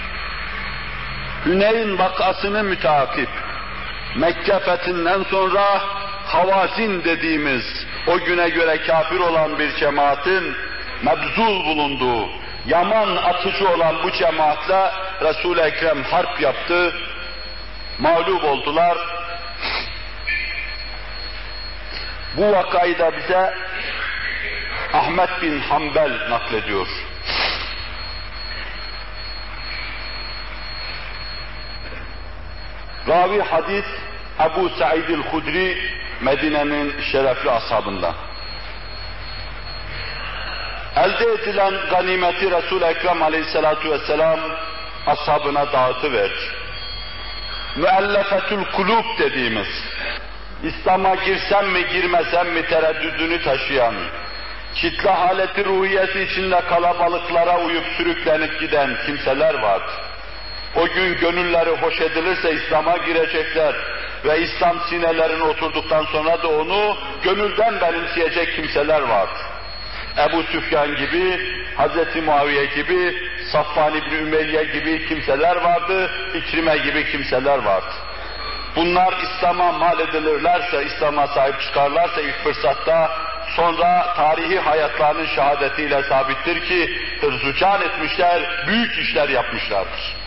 Hüneyn vakasını müteakip, Mekke fethinden sonra Havazin dediğimiz o güne göre kafir olan bir cemaatin mebzul bulunduğu, yaman atıcı olan bu cemaatle Resul-i Ekrem harp yaptı, mağlup oldular. Bu vakayı da bize Ahmet bin Hanbel naklediyor. Ravi hadis Ebu Sa'id el-Hudri, Medine'nin şerefli ashabından. Elde edilen ganimeti Resul-i Ekrem aleyhissalatu vesselam ashabına dağıtıverdi. Müellefetül kulub dediğimiz, İslam'a girsem mi girmesem mi tereddüdünü taşıyan, kitle haleti ruhiyeti içinde kalabalıklara uyup sürüklenip giden kimseler vardı. O gün gönülleri hoş edilirse İslam'a girecekler ve İslam sinelerine oturduktan sonra da onu gönülden benimseyecek kimseler vardı. Ebu Süfyan gibi, Hazreti Muaviye gibi, Safvan İbni Ümeyye gibi kimseler vardı, İkrime gibi kimseler vardı. Bunlar İslam'a mal edilirlerse, İslam'a sahip çıkarlarsa ilk fırsatta, sonra tarihi hayatlarının şehadetiyle sabittir ki hırzu can etmişler, büyük işler yapmışlardır.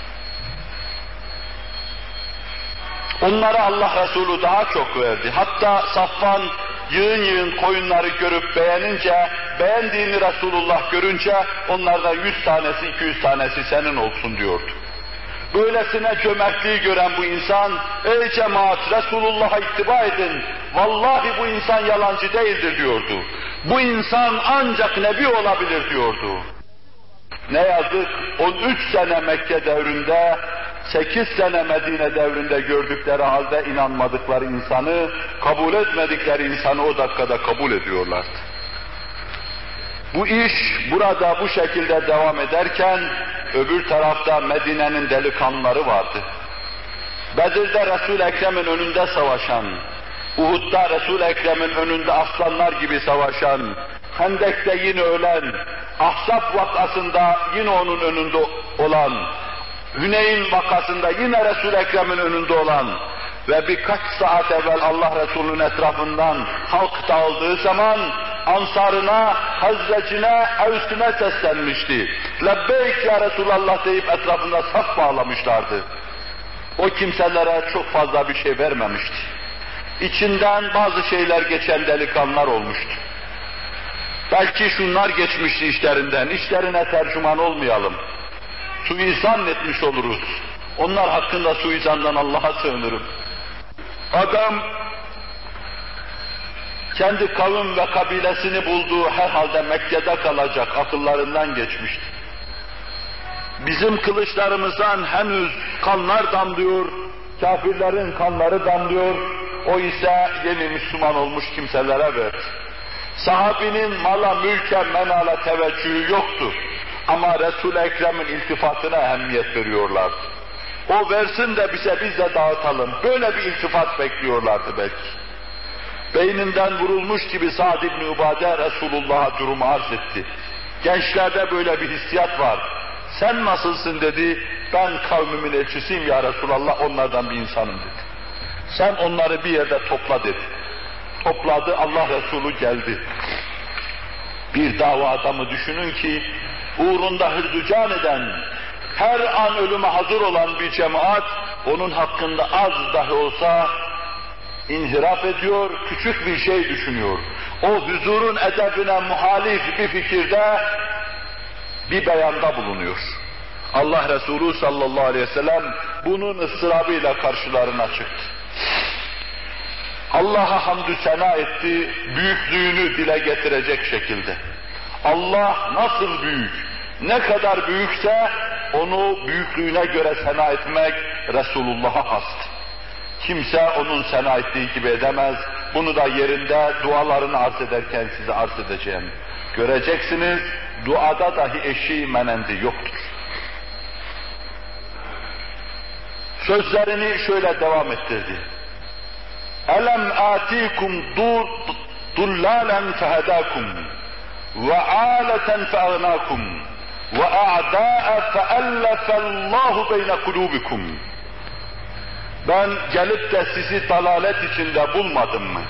Onlara Allah Resulü daha çok verdi. Hatta Safvan yığın yığın koyunları görüp beğenince, beğendiğini Resulullah görünce onlardan yüz tanesi, iki yüz tanesi senin olsun diyordu. Böylesine cömertliği gören bu insan, ey cemaat Resulullah'a ittiba edin, vallahi bu insan yalancı değildir diyordu. Bu insan ancak Nebi olabilir diyordu. Ne yazık on üç sene Mekke devrinde, sekiz sene Medine devrinde gördükleri halde inanmadıkları insanı, kabul etmedikleri insanı o dakikada kabul ediyorlardı. Bu iş burada bu şekilde devam ederken, öbür tarafta Medine'nin delikanlıları vardı. Bedir'de Resul-i Ekrem'in önünde savaşan, Uhud'da Resul-i Ekrem'in önünde aslanlar gibi savaşan, Hendek'te yine ölen, Ahzab vakasında yine onun önünde olan, Hüneyn vakasında yine Resul-i Ekrem'in önünde olan ve birkaç saat evvel Allah Resulü'nün etrafından halk dağıldığı zaman Ansarına, Hazrecine, Evs'ine seslenmişti. Lebbeyk ya Resulallah deyip etrafında saf bağlamışlardı. O kimselere çok fazla bir şey vermemişti. İçinden bazı şeyler geçen delikanlılar olmuştu. Belki şunlar geçmişti işlerinden, işlerine tercüman olmayalım. suizan etmiş oluruz. Onlar hakkında suizandan Allah'a sığınırım. Adam kendi kavim ve kabilesini bulduğu herhalde Mekke'de kalacak, akıllarından geçmişti. Bizim kılıçlarımızdan henüz kanlar damlıyor, kafirlerin kanları damlıyor, o ise yeni Müslüman olmuş kimselere verdi. Sahabinin mala, mülke, menala teveccühü yoktu. Ama Resul-i Ekrem'in iltifatına ehemmiyet veriyorlardı. O versin de bize biz de dağıtalım. Böyle bir iltifat bekliyorlardı belki. Beyninden vurulmuş gibi Sa'd ibn Ubade Resulullah'a durumu arz etti. Gençlerde böyle bir hissiyat var. Sen nasılsın dedi, ben kavmimin elçisiyim ya Resulallah, onlardan bir insanım dedi. Sen onları bir yerde topla dedi. Topladı, Allah Resulü geldi. Bir dava adamı düşünün ki, uğrunda hırducan eden, her an ölüme hazır olan bir cemaat, onun hakkında az dahi olsa inhiraf ediyor, küçük bir şey düşünüyor. O huzurun edebine muhalif bir fikirde, bir beyanda bulunuyor. Allah Resulü sallallahu aleyhi ve sellem bunun ıstırabıyla karşılarına çıktı. Allah'a hamdü sena etti, büyüklüğünü dile getirecek şekilde. Allah nasıl büyük, ne kadar büyükse onu büyüklüğüne göre sena etmek Resulullah'a hastı. Kimse onun sena ettiği gibi edemez. Bunu da yerinde dualarını arz ederken size arz edeceğim. Göreceksiniz, duada dahi eşiği menendi yoktur. Sözlerini şöyle devam ettirdi. Elem atikum dullalen fehadakum ve aleten feagnakum ve a'da'a feellefellahu beyne kulubikum. Ben gelip de sizi dalalet içinde bulmadım mı?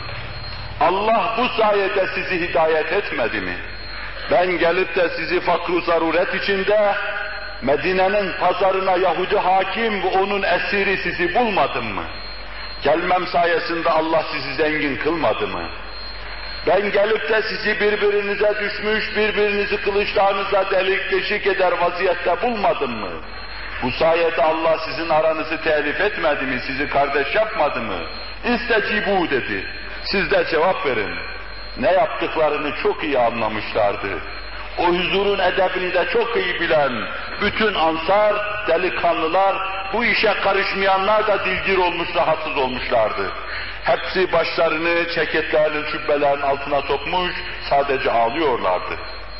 Allah bu sayede sizi hidayet etmedi mi? Ben gelip de sizi fakr-ı zaruret içinde, Medine'nin pazarına Yahudi hakim ve onun esiri sizi bulmadım mı? Gelmem sayesinde Allah sizi zengin kılmadı mı? Ben gelip de sizi birbirinize düşmüş, birbirinizi kılıçlarınıza delik deşik eder vaziyette bulmadım mı? Bu sayede Allah sizin aranızı telif etmedi mi, sizi kardeş yapmadı mı? İstecibu dedi. Siz de cevap verin. Ne yaptıklarını çok iyi anlamışlardı. O huzurun edebini de çok iyi bilen bütün ansar, delikanlılar, bu işe karışmayanlar da dilgir olmuş, rahatsız olmuşlardı. Hepsi başlarını ceketlerin, cübbelerin altına sokmuş, sadece ağlıyorlardı.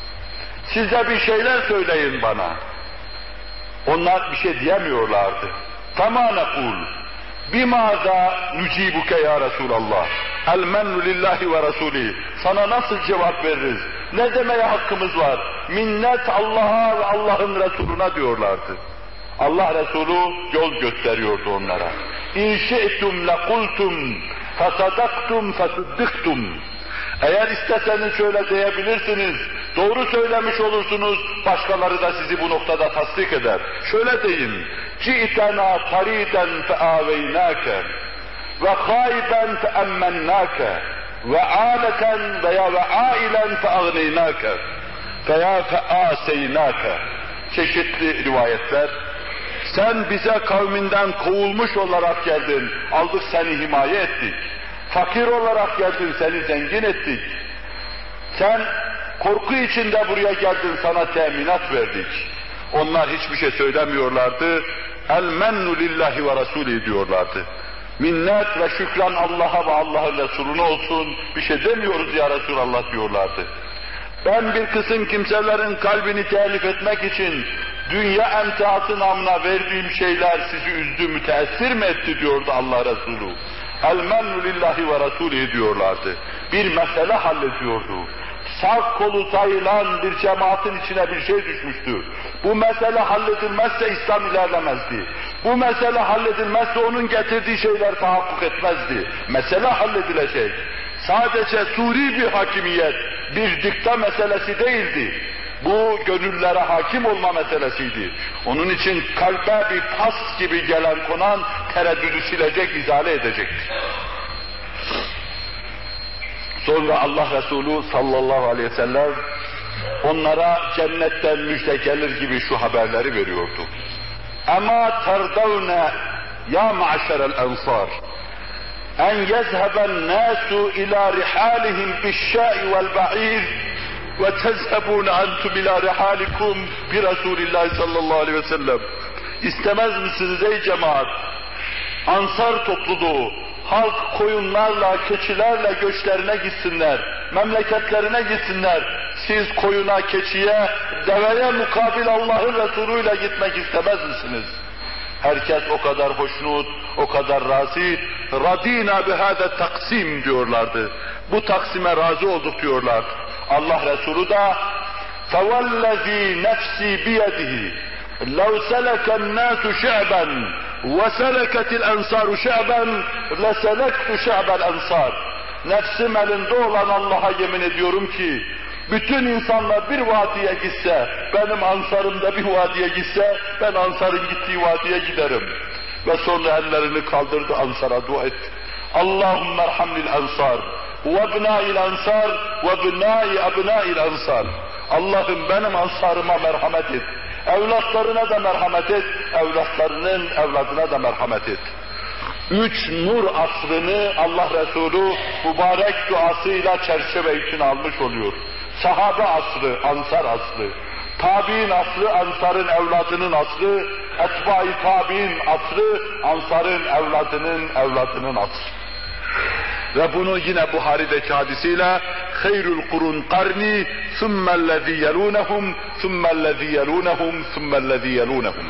Siz de bir şeyler söyleyin bana. Onlar bir şey diyemiyorlardı. Tamam nekul. Bimaza nucibuke ya Resulallah. El mennu lillahi ve rasulih. Sana nasıl cevap veririz? Ne demeye hakkımız var? Minnet Allah'a ve Allah'ın Resuluna diyorlardı. Allah Resulü yol gösteriyordu onlara. İn şi'tum lekultum fesadaktum fesuddiqtum. Eğer isteseniz şöyle diyebilirsiniz, doğru söylemiş olursunuz, başkaları da sizi bu noktada tasdik eder. Şöyle deyin, ci'tena tariden feaveynâke ve khâiben feemmennâke ve âleten veya ve âilen feagneynâke veya feâseynâke. Çeşitli rivayetler. Sen bize kavminden kovulmuş olarak geldin, aldık seni himaye ettik. Fakir olarak geldin, seni zengin ettik. Sen korku içinde buraya geldin, sana teminat verdik. Onlar hiçbir şey söylemiyorlardı. El mennu lillahi ve rasulih diyorlardı. Minnet ve şükran Allah'a ve Allah'ın Resulüne olsun. Bir şey demiyoruz ya Resulallah diyorlardı. Ben bir kısım kimselerin kalbini telif etmek için dünya emtiası namına verdiğim şeyler sizi üzdü, müteessir mi etti diyordu Allah Resulü. El mennu lillahi ve rasulih diyorlardı. Bir mesele hallediyordu. Sağ kolu sayılan bir cemaatin içine bir şey düşmüştü. Bu mesele halledilmezse İslam ilerlemezdi. Bu mesele halledilmezse onun getirdiği şeyler tahakkuk etmezdi. Mesele halledilecek. Sadece suri bir hakimiyet, bir dikta meselesi değildi. Bu gönüllere hakim olma meselesiydi. Onun için kalbe bir pas gibi gelen konan tereddüdü silecek, izale edecekti. Sonra Allah Resulü sallallahu aleyhi ve sellem onlara cennetten müjde gelir gibi şu haberleri veriyordu. Ama terdavne ya ma'şerel ensar en yezheben nasu ila rihalihim bişşai vel ba'ir ve tezhebune entum ila rihalikum bi Resulillah sallallahu aleyhi ve sellem. İstemez misiniz ey cemaat? Ansar topluluğu, halk koyunlarla, keçilerle göçlerine gitsinler, memleketlerine gitsinler. Siz koyuna, keçiye, deveye mukabil Allah'ın Resulü'yle gitmek istemez misiniz? Herkes o kadar hoşnut, o kadar razı, radina bihâde taksim diyorlardı. Bu taksime razı olduk diyorlar. Allah Resulü de فَوَالَّذ۪ي نَفْسِي بِيَدِهِ لَوْ سَلَكَ النَّاسُ شَعْبًا وَسَلَكَتِ الْاَنْصَارُ شَعْبًا لَسَلَكْتُ شَعْبَ الْاَنْصَارِ. Nefsim elinde olan Allah'a yemin ediyorum ki, bütün insanlar bir vadiye gitse, benim ansarım da bir vadiye gitse, ben ansarın gittiği vadiye giderim. Ve sonra ellerini kaldırdı, ansara dua etti. Allahümme erhamlil ansar, ve bnâil ansar, ve bnâi abnâil ansar. Allah'ım benim ansarıma merhamet et. Evlatlarına da merhamet et, evlatlarının evladına da merhamet et. Üç nur asrını Allah Resulü mübarek duasıyla çerçeve için almış oluyor. Sahabe asrı, ansar asrı. Tabi'in asrı, ansarın evladının asrı. Etba-i tabi'in asrı, ansarın evladının evladının asrı. Ve bunu yine Buhari'deki hadisiyle hayrul kurun karni thummellezî yelûnehum thummellezî yelûnehum thummellezî yelûnehum.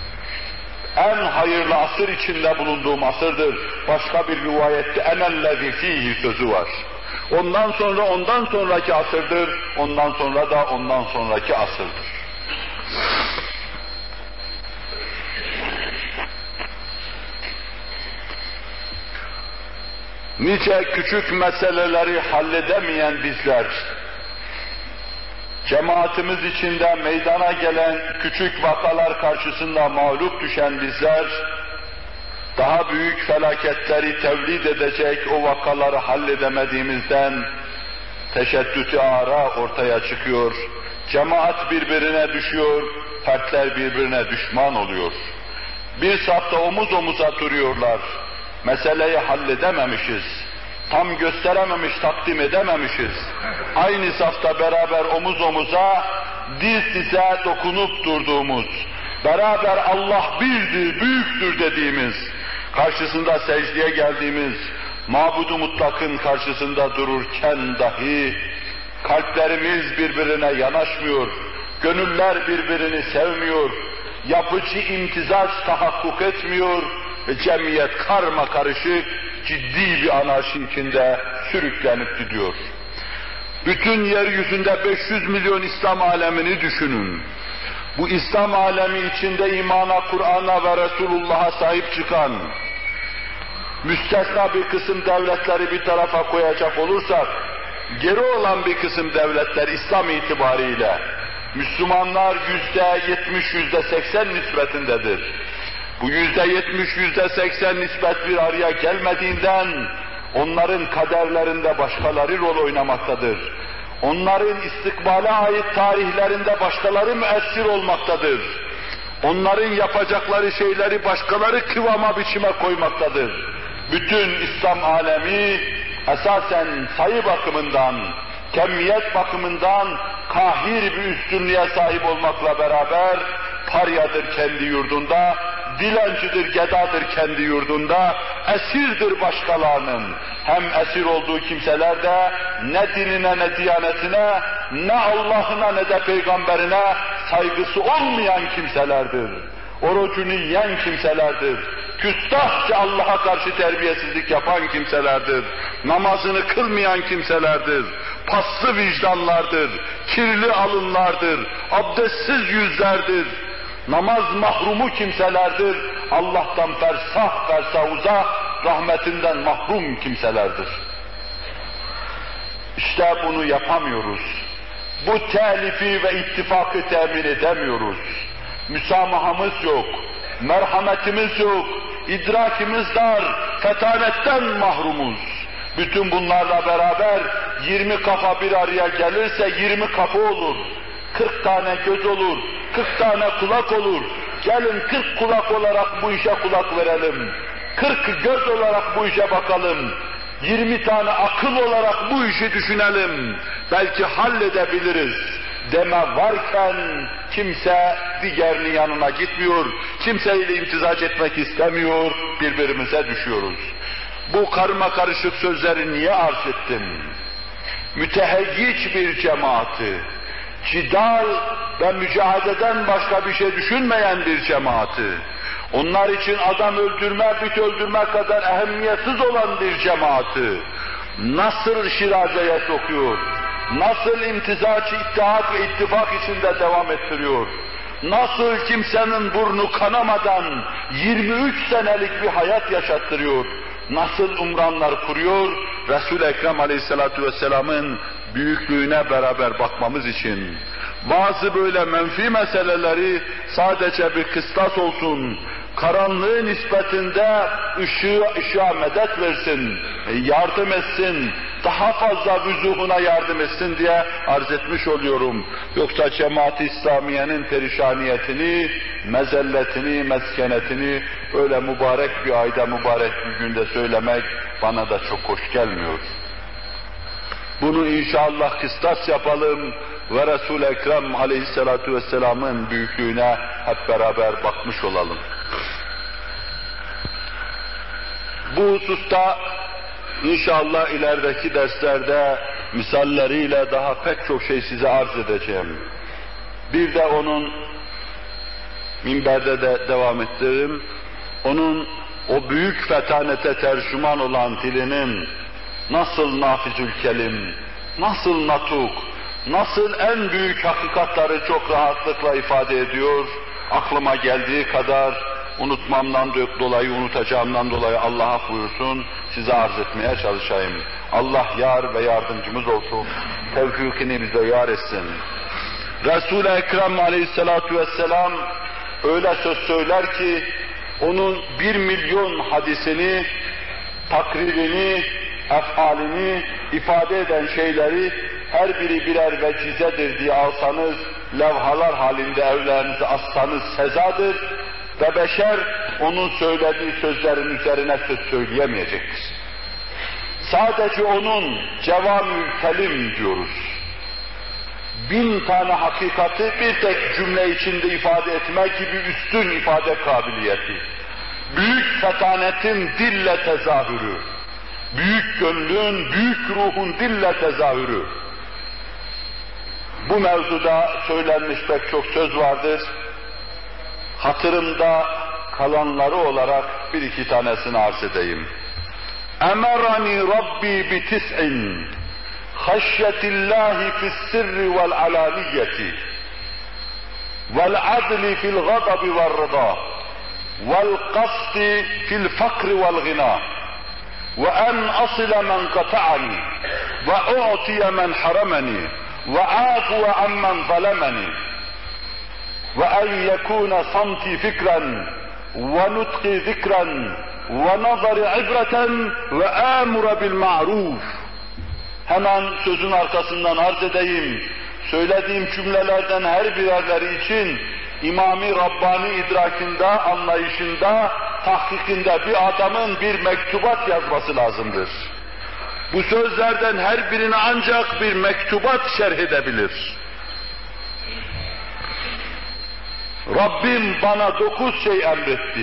En hayırlı asır içinde bulunduğum asırdır. Başka bir rivayette enellezî fîhî sözü var. Ondan sonra ondan sonraki asırdır. Ondan sonra da ondan sonraki asırdır. Nice küçük meseleleri halledemeyen bizler, cemaatimiz içinde meydana gelen küçük vakalar karşısında mağlup düşen bizler, daha büyük felaketleri tevlid edecek o vakaları halledemediğimizden teşeddüt-i ara ortaya çıkıyor, cemaat birbirine düşüyor, fertler birbirine düşman oluyor. Bir safta omuz omuza duruyorlar, meseleyi halledememişiz, tam gösterememiş, takdim edememişiz. Aynı safta beraber omuz omuza, diz dize dokunup durduğumuz, beraber Allah birdir, büyüktür dediğimiz, karşısında secdeye geldiğimiz, Mabud-u Mutlak'ın karşısında dururken dahi, kalplerimiz birbirine yanaşmıyor, gönüller birbirini sevmiyor, yapıcı imtizaç tahakkuk etmiyor, cemiyet karma karışık, ciddi bir anarşi içinde sürüklenip gidiyor. Bütün yeryüzünde beş yüz milyon İslam alemini düşünün. Bu İslam alemi içinde imana, Kur'an'a ve Resulullah'a sahip çıkan, müstesna bir kısım devletleri bir tarafa koyacak olursak, geri olan bir kısım devletler İslam itibariyle, Müslümanlar yüzde yetmiş, yüzde seksen nispetindedir. Bu yüzde yetmiş, yüzde seksen nispet bir araya gelmediğinden, onların kaderlerinde başkaları rol oynamaktadır. Onların istikbale ait tarihlerinde başkaları müessir olmaktadır. Onların yapacakları şeyleri başkaları kıvama biçime koymaktadır. Bütün İslam alemi esasen sayı bakımından, kemiyet bakımından kahir bir üstünlüğe sahip olmakla beraber paryadır kendi yurdunda, dilencidir, gedadır kendi yurdunda, esirdir başkalarının. Hem esir olduğu kimseler de ne dinine ne diyanetine, ne Allah'ına ne de peygamberine saygısı olmayan kimselerdir. Orucunu yiyen kimselerdir. Küstahça Allah'a karşı terbiyesizlik yapan kimselerdir. Namazını kılmayan kimselerdir. Paslı vicdanlardır. Kirli alınlardır. Abdestsiz yüzlerdir. Namaz mahrumu kimselerdir. Allah'tan fersah fersah uzak, rahmetinden mahrum kimselerdir. İşte bunu yapamıyoruz. Bu telifi ve ittifakı temin edemiyoruz. Müsamahamız yok, merhametimiz yok, idrakimiz dar, fetanetten mahrumuz. Bütün bunlarla beraber yirmi kafa bir araya gelirse yirmi kapı olur, kırk tane göz olur, kırk tane kulak olur. Gelin kırk kulak olarak bu işe kulak verelim, kırk göz olarak bu işe bakalım, yirmi tane akıl olarak bu işi düşünelim, belki halledebiliriz deme varken kimse diğerinin yanına gitmiyor, kimseyle imtizac etmek istemiyor, birbirimize düşüyoruz. Bu karma karışık sözleri niye arz ettim? Müteheyyic bir cemaati, cidal ve mücadeleden başka bir şey düşünmeyen bir cemaati, onlar için adam öldürme, bit öldürme kadar ehemmiyetsiz olan bir cemaati nasıl şirazeye sokuyor, nasıl imtizac, ittihat ve ittifak içinde devam ettiriyor, nasıl kimsenin burnu kanamadan yirmi üç senelik bir hayat yaşattırıyor, nasıl umranlar kuruyor, Resul-i Ekrem Aleyhisselatü Vesselam'ın büyüklüğüne beraber bakmamız için. Bazı böyle menfi meseleleri sadece bir kıstas olsun, karanlığı nispetinde ışığı, ışığa medet versin, yardım etsin, daha fazla vüzuhuna yardım etsin diye arz etmiş oluyorum. Yoksa cemaat-i İslamiye'nin perişaniyetini, mezelletini, meskenetini öyle mübarek bir ayda, mübarek bir günde söylemek bana da çok hoş gelmiyor. Bunu inşallah kıstas yapalım ve Resul-i Ekrem Aleyhisselatü Vesselam'ın büyüklüğüne hep beraber bakmış olalım. Bu hususta inşallah ilerideki derslerde misalleriyle daha pek çok şey size arz edeceğim. Bir de onun minberde de devam ettirdim. Onun o büyük fetanete tercüman olan dilinin nasıl nafizül kelim, nasıl natuk, nasıl en büyük hakikatları çok rahatlıkla ifade ediyor, aklıma geldiği kadar unutmamdan dolayı, unutacağımdan dolayı Allah af buyursun, size arz etmeye çalışayım. Allah yar ve yardımcımız olsun, tevfikini bize yar etsin. Resul-i Ekrem Aleyhisselatü Vesselam öyle söz söyler ki, onun bir milyon hadisini, takririni, efalini ifade eden şeyleri her biri birer vecizedir diye alsanız, levhalar halinde evlerinize assanız sezadır ve beşer onun söylediği sözlerin üzerine söz söyleyemeyecektir. Sadece onun cevamül kelim diyoruz. Bin tane hakikati bir tek cümle içinde ifade etmek gibi üstün ifade kabiliyeti. Büyük fetanetin dille tezahürü. Büyük gönlün, büyük ruhun dille tezahürü. Bu mevzuda söylenmiş pek çok söz vardır. Hatırımda kalanları olarak bir iki tanesini arz edeyim. Emerani Rabbi bi tis'in haşyetillahi fis sirri vel alaniyeti vel adli fil gadabi vel rıda vel qasdi fil fakri vel gina ve en asile men kata'ani ve u'tiye men haramani ve afuve ammen zalemani ve en yekûne samti fikren ve nutqi zikren ve nazari ibreten ve amura bil ma'ruf. Hemen sözün arkasından arz edeyim. Söylediğim cümlelerden her birerleri için İmam-ı Rabbani idrakinde, anlayışında, tahkikinde bir adamın bir mektubat yazması lazımdır. Bu sözlerden her birini ancak bir mektubat şerh edebilir. Rabbim bana dokuz şey emretti.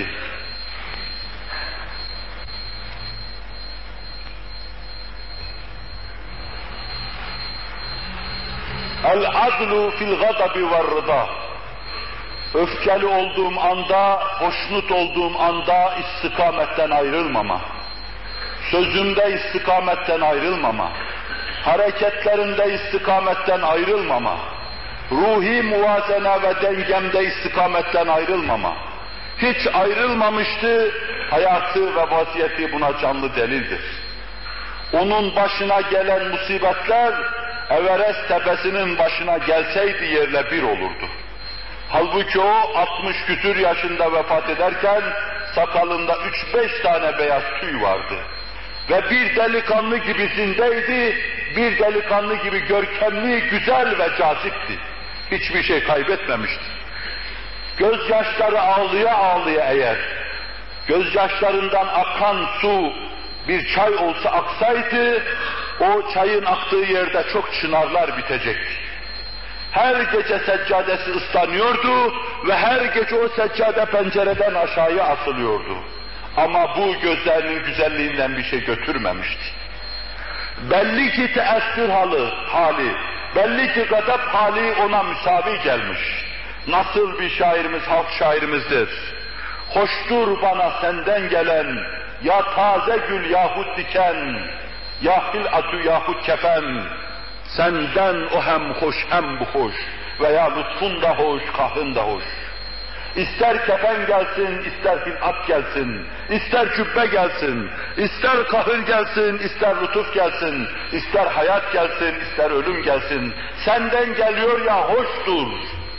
El-adlu fil gadabi ve rıda. Öfkeli olduğum anda, hoşnut olduğum anda istikametten ayrılmama. Sözümde istikametten ayrılmama. Hareketlerimde istikametten ayrılmama. Ruhi muvazene ve dengemde istikametten ayrılmama. Hiç ayrılmamıştı, hayatı ve vaziyeti buna canlı delildir. Onun başına gelen musibetler, Everest tepesinin başına gelseydi yerle bir olurdu. Halbuki o altmış küsur yaşında vefat ederken sakalında üç beş tane beyaz tüy vardı. Ve bir delikanlı gibi zindeydi, bir delikanlı gibi görkemli, güzel ve cazipti. Hiçbir şey kaybetmemişti. Gözyaşları ağlıya ağlıya eğer, gözyaşlarından akan su bir çay olsa aksaydı, o çayın aktığı yerde çok çınarlar bitecekti. Her gece seccadesi ıslanıyordu ve her gece o seccade pencereden aşağıya asılıyordu. Ama bu gözlerinin güzelliğinden bir şey götürmemişti. Belli ki teessür hali, hali, belli ki gadap hali ona müsavi gelmiş. Nasıl bir şairimiz, halk şairimizdir. Hoştur bana senden gelen, ya taze gül yahut diken, ya hilatü yahut kefen, senden o hem hoş hem bu hoş, veya lütfun da hoş, kahrın da hoş. İster kefen gelsin, ister hilat gelsin, ister cübbe gelsin, ister kahır gelsin, ister lütuf gelsin, ister hayat gelsin, ister ölüm gelsin, senden geliyor ya hoştur.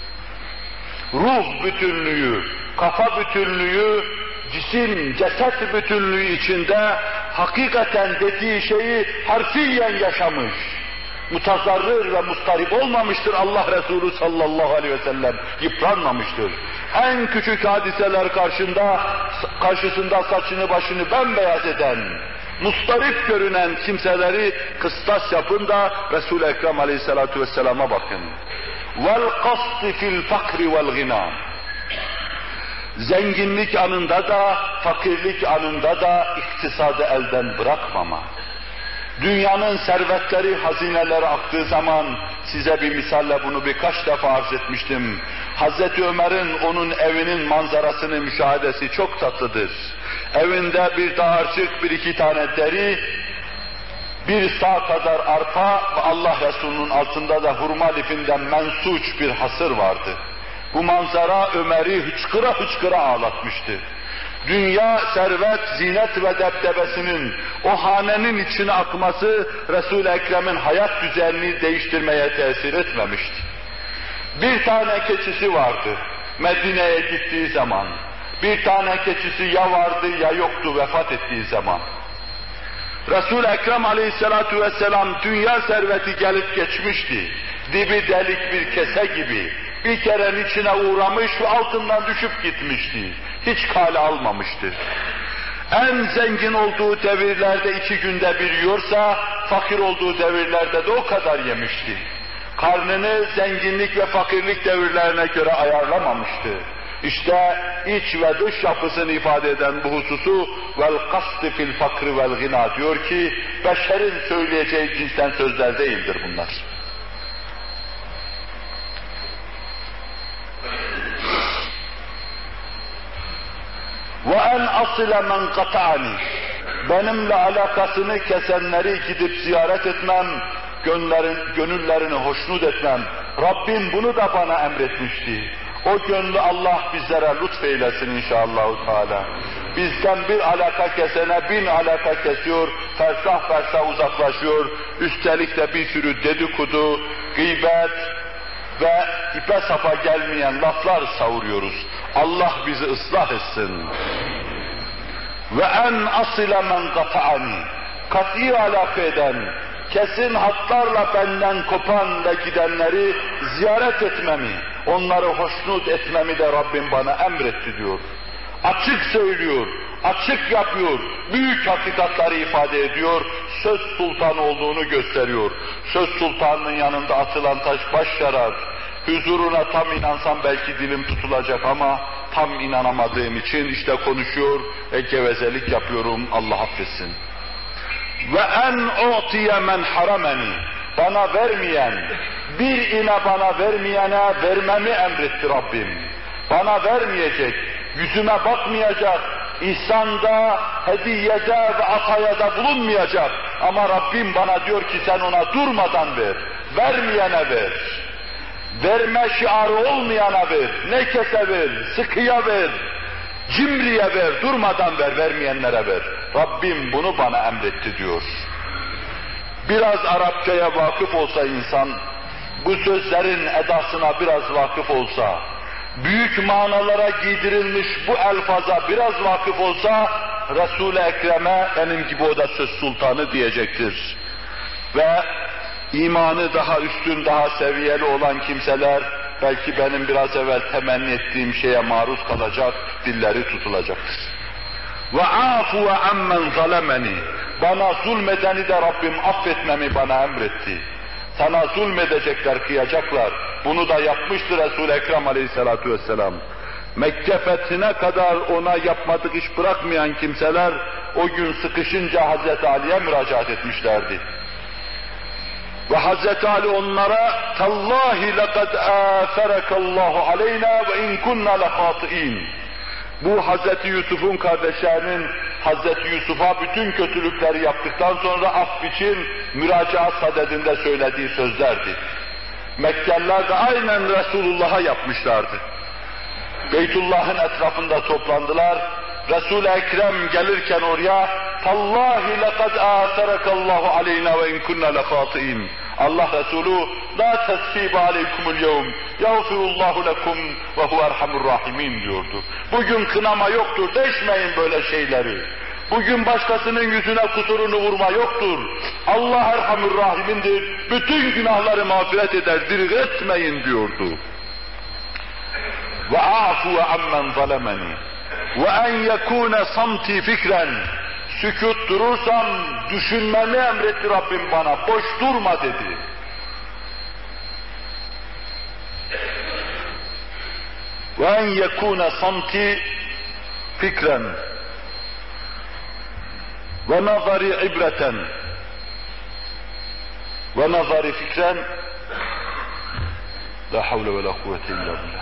Ruh bütünlüğü, kafa bütünlüğü, cisim, ceset bütünlüğü içinde hakikaten dediği şeyi harfiyen yaşamış. Mutazarrır ve mustarip olmamıştır Allah Resulü sallallahu aleyhi ve sellem, yıpranmamıştır. En küçük hadiseler karşında, karşısında saçını başını bembeyaz eden, mustarip görünen kimseleri kıstas yapın da Resul-i Ekrem aleyhissalatu vesselama bakın. وَالْقَصْدِ فِي الْفَقْرِ وَالْغِنَى Zenginlik anında da, fakirlik anında da iktisadı elden bırakmama. Dünyanın servetleri, hazineleri aktığı zaman, size bir misalle bunu birkaç defa arz etmiştim. Hazreti Ömer'in onun evinin manzarasını müşahedesi çok tatlıdır. Evinde bir dağarcık, bir iki tane deri, bir sağ kadar arpa ve Allah Resulü'nün altında da hurma lifinden mensuç bir hasır vardı. Bu manzara Ömer'i hıçkıra hıçkıra ağlatmıştı. Dünya, servet, zinet ve debdebesinin o hanenin içine akması Resul-i Ekrem'in hayat düzenini değiştirmeye tesir etmemişti. Bir tane keçisi vardı Medine'ye gittiği zaman. Bir tane keçisi ya vardı ya yoktu vefat ettiği zaman. Resul-i Ekrem aleyhissalatu vesselam dünya serveti gelip geçmişti. Dibi delik bir kese gibi. Bir kere içine uğramış ve altından düşüp gitmişti. Hiç kale almamıştı. En zengin olduğu devirlerde iki günde bir yiyorsa, fakir olduğu devirlerde de o kadar yemişti. Karnını zenginlik ve fakirlik devirlerine göre ayarlamamıştı. İşte iç ve dış yapısını ifade eden bu hususu vel kasti fil fakri vel gina diyor ki, beşerin söyleyeceği cinsten sözler değildir bunlar. Ve en asile men kata'ani, benimle alakasını kesenleri gidip ziyaret etmem, gönüllerin, gönüllerini hoşnut etmem. Rabbim bunu da bana emretmişti. O gönlü Allah bizlere lütfeylesin inşallah Teala. Bizden bir alaka kesene bin alaka kesiyor, fersah fersah uzaklaşıyor. Üstelik de bir sürü dedikodu, gıybet ve ipe sapa gelmeyen laflar savuruyoruz. Allah bizi ıslah etsin. Ve en asile men kata'ani, kat'i alaka eden, kesin hatlarla benden kopan ve gidenleri ziyaret etmemi, onları hoşnut etmemi de Rabbim bana emretti diyor. Açık söylüyor, açık yapıyor, büyük hakikatları ifade ediyor, söz sultanı olduğunu gösteriyor. Söz sultanının yanında atılan taş baş yarar. Huzuruna tam inansam belki dilim tutulacak ama tam inanamadığım için işte konuşuyor ve gevezelik yapıyorum, Allah affetsin. Ve en u'tiye men harameni, bana vermeyen, bir ine bana vermeyene vermemi emretti Rabbim. Bana vermeyecek, yüzüme bakmayacak, ihsanda, hediyede ve atayada bulunmayacak. Ama Rabbim bana diyor ki sen ona durmadan ver, vermeyene ver. Verme şiarı olmayana ver, nekese ver, sıkıya ver, cimriye ver, durmadan ver, vermeyenlere ver. Rabbim bunu bana emretti diyor. Biraz Arapçaya vakıf olsa insan, bu sözlerin edasına biraz vakıf olsa, büyük manalara giydirilmiş bu elfaza biraz vakıf olsa, Resul-i Ekrem'e benim gibi o da söz sultanı diyecektir. Ve imanı daha üstün, daha seviyeli olan kimseler belki benim biraz evvel temenni ettiğim şeye maruz kalacak, dilleri tutulacaktır. وَعَافُ وَعَمَّنْ ظَلَمَنِي Bana zulmedeni de Rabbim affetmemi bana emretti. Sana zulmedecekler, kıyacaklar. Bunu da yapmıştı Resul-i Ekrem aleyhissalatu vesselam. Mekke fethine kadar ona yapmadık iş bırakmayan kimseler o gün sıkışınca Hazreti Ali'ye müracaat etmişlerdi. Ve Hazreti Ali onlara "Tallahi lekad âferekallahu aleyna ve in kunna lehâtiîn." Bu Hazreti Yusuf'un kardeşlerinin Hazreti Yusuf'a bütün kötülükleri yaptıktan sonra af için müracaat sadedinde söylediği sözlerdi. Mekkeliler de aynen Resulullah'a yapmışlardı. Beytullah'ın etrafında toplandılar. Resul-i Ekrem gelirken oraya "Tallahi lekad âserekallahu aleyna ve in kunna lehâtiîn." Allah Resulü "La tesfîbe aleykumul yevm, yağfirullahu lekum ve huve erhamur rahimin" diyordu. Bugün kınama yoktur, değişmeyin böyle şeyleri. Bugün başkasının yüzüne kusurunu vurma yoktur. Allah erhamur rahimindir, bütün günahları mağfiret eder, dirg etmeyin diyordu. وَاَعْفُوَ عَمَّنْ ظَلَمَنِي وَاَنْ يَكُونَ صَمْتِي فِكْرًا Sükût durursam düşünmemi emretti Rabbim bana, boş durma dedi. وَاَنْ يَكُونَ صَمْتِي فِكْرًا وَنَظَرِ عِبْرَةً وَنَظَرِ فِكْرًا لَا حَوْلَ وَلَا قُوَّةَ اِلَّا بِاللّٰهِ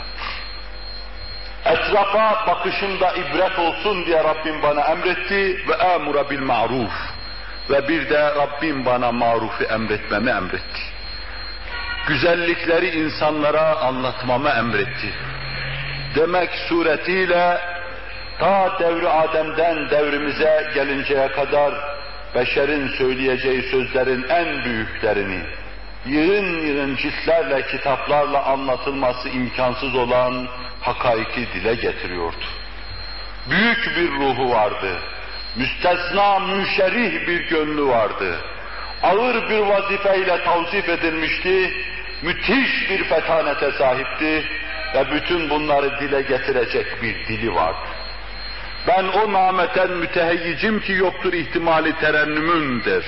Etrafa bakışımda ibret olsun diye Rabbim bana emretti ve emura bil ma'ruf ve bir de Rabbim bana marufu emretmemi emretti. Güzellikleri insanlara anlatmamı emretti. Demek suretiyle ta devri Adem'den devrimize gelinceye kadar beşerin söyleyeceği sözlerin en büyüklerini yığın yığın ciltlerle, kitaplarla anlatılması imkansız olan hakaiki dile getiriyordu. Büyük bir ruhu vardı. Müstesna, münşerih bir gönlü vardı. Ağır bir vazifeyle tavzif edilmişti. Müthiş bir fetanete sahipti ve bütün bunları dile getirecek bir dili vardı. Ben o nameten müteheyyicim ki yoktur ihtimali terennümündir.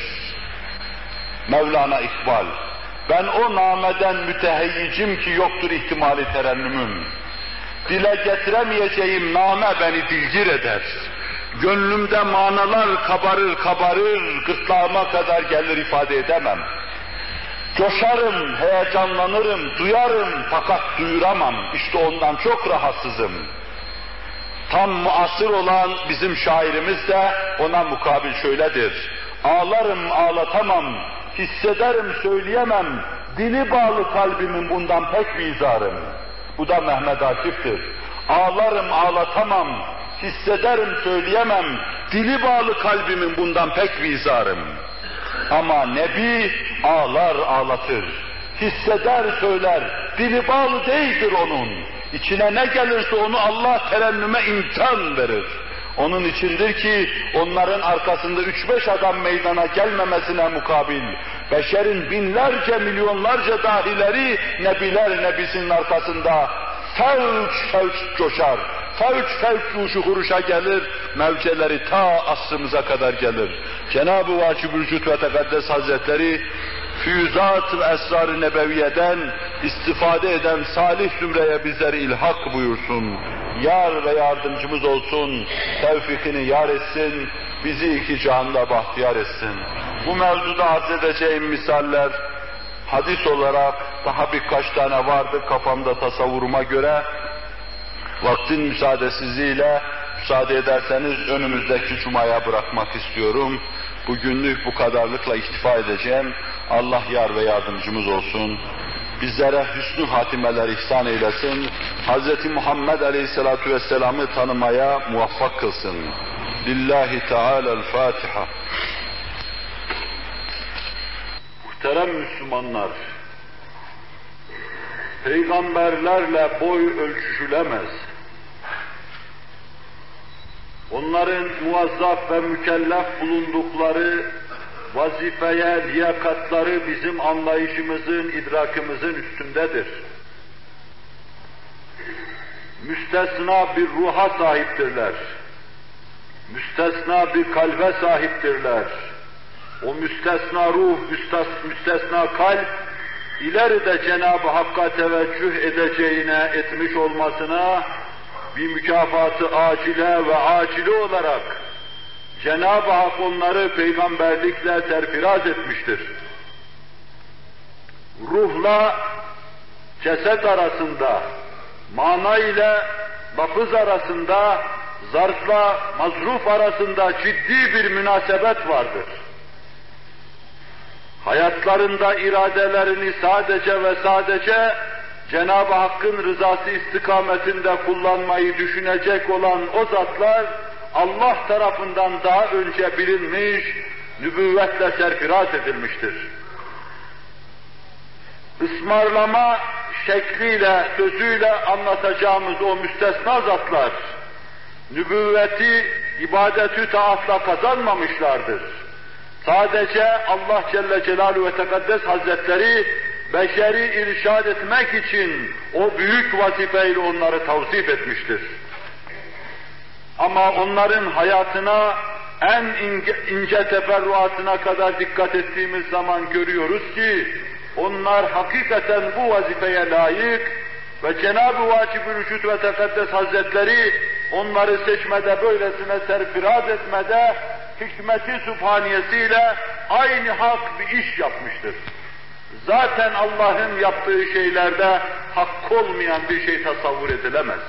Mevlana İkbal. Ben o nameden müteheyyicim ki yoktur ihtimali terennümün. Dile getiremeyeceğim name beni dilgir eder. Gönlümde manalar kabarır kabarır, gırtlağıma kadar gelir ifade edemem. Coşarım, heyecanlanırım, duyarım fakat duyuramam. İşte ondan çok rahatsızım. Tam muasır olan bizim şairimiz de ona mukabil şöyledir. Ağlarım ağlatamam, hissederim söyleyemem, dili bağlı kalbimin bundan pek bizarım. Bu da Mehmet Akif'tir. Ağlarım ağlatamam, hissederim söyleyemem, dili bağlı kalbimin bundan pek bizarım. Ama Nebi ağlar ağlatır, hisseder söyler, dili bağlı değildir onun. İçine ne gelirse onu Allah terennüme imkan verir. Onun içindir ki onların arkasında üç beş adam meydana gelmemesine mukabil, beşerin binlerce milyonlarca dahileri Nebiler Nebisi'nin arkasında fevç fevç coşar, fevç fevç ruşu huruşa gelir, mevceleri ta asrımıza kadar gelir. Cenab-ı Vacib-ül-Vücud ve Tekaddes Hazretleri füyüzat ve esrar-ı nebeviyeden istifade eden salih zümreye bizleri ilhak buyursun. Yar ve yardımcımız olsun, tevfikini yar etsin, bizi iki cihanda bahtiyar etsin. Bu mevzuda arz edeceğim misaller, hadis olarak daha birkaç tane vardı kafamda tasavvuruma göre. Vaktin müsaadesiyle, müsaade ederseniz önümüzdeki cumaya bırakmak istiyorum. Bugünlük bu kadarlıkla iktifa edeceğim. Allah yar ve yardımcımız olsun. Bizlere hüsnü hatimeler ihsan eylesin. Hz. Muhammed Aleyhisselatü Vesselam'ı tanımaya muvaffak kılsın. Lillahi Teala'l-Fatiha. Muhterem Müslümanlar, peygamberlerle boy ölçüşülemez. onların muvazzaf ve mükellef bulundukları vazifeye, liyakatları bizim anlayışımızın, idrakımızın üstündedir. Müstesna bir ruha sahiptirler. Müstesna bir kalbe sahiptirler. O müstesna ruh, müstesna kalp, ileride Cenab-ı Hakk'a teveccüh edeceğine, etmiş olmasına bir mükafatı acile ve acile olarak Cenab-ı Hak onları peygamberlikle terfiraz etmiştir. Ruhla ceset arasında, mana ile lafız arasında, zarfla mazruf arasında ciddi bir münasebet vardır. Hayatlarında iradelerini sadece ve sadece Cenab-ı Hakk'ın rızası istikametinde kullanmayı düşünecek olan o zatlar, Allah tarafından daha önce bilinmiş, nübüvvetle serfiraz edilmiştir. Ismarlama şekliyle, sözüyle anlatacağımız o müstesna zatlar, nübüvveti ibadetü taatla kazanmamışlardır. Sadece Allah Celle Celaluhu ve Tekaddes Hazretleri beşeri irşad etmek için o büyük vazifeyle onları tavsif etmiştir. Ama onların hayatına en ince, ince teferruatına kadar dikkat ettiğimiz zaman görüyoruz ki onlar hakikaten bu vazifeye layık ve Cenab-ı Vacib-ül Vücud ve Tekaddes Hazretleri onları seçmede, böylesine serfiraz etmede hikmeti sübhaniyesiyle aynı hak bir iş yapmıştır. Zaten Allah'ın yaptığı şeylerde hak olmayan bir şey tasavvur edilemez.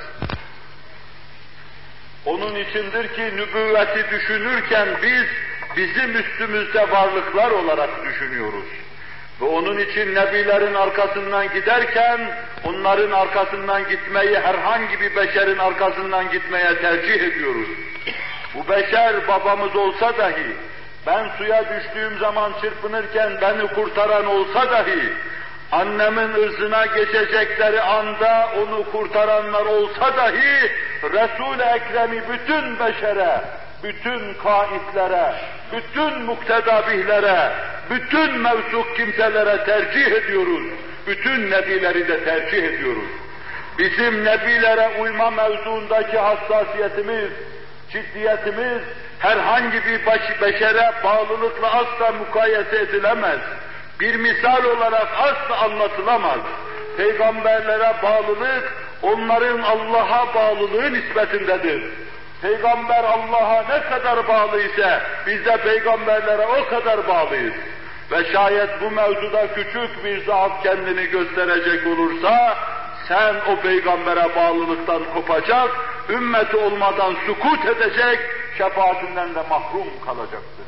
Onun içindir ki nübüvveti düşünürken biz, bizim üstümüzde varlıklar olarak düşünüyoruz. Ve onun için nebilerin arkasından giderken, onların arkasından gitmeyi herhangi bir beşerin arkasından gitmeye tercih ediyoruz. Bu beşer babamız olsa dahi, ben suya düştüğüm zaman çırpınırken beni kurtaran olsa dahi, annemin ırzına geçecekleri anda onu kurtaranlar olsa dahi, Resul-i Ekrem'i bütün beşere, bütün kaitlere, bütün muktedabihlere, bütün mevsuk kimselere tercih ediyoruz. Bütün nebileri de tercih ediyoruz. Bizim nebilere uyma mevzuundaki hassasiyetimiz, ciddiyetimiz herhangi bir baş, beşere bağlılıkla asla mukayese edilemez. Bir misal olarak asla anlatılamaz. Peygamberlere bağlılık, onların Allah'a bağlılığı nispetindedir. Peygamber Allah'a ne kadar bağlı ise, biz de peygamberlere o kadar bağlıyız. Ve şayet bu mevzuda küçük bir zaaf kendini gösterecek olursa, sen o peygambere bağlılıktan kopacak, ümmeti olmadan sukut edecek, şefaatinden de mahrum kalacaksın.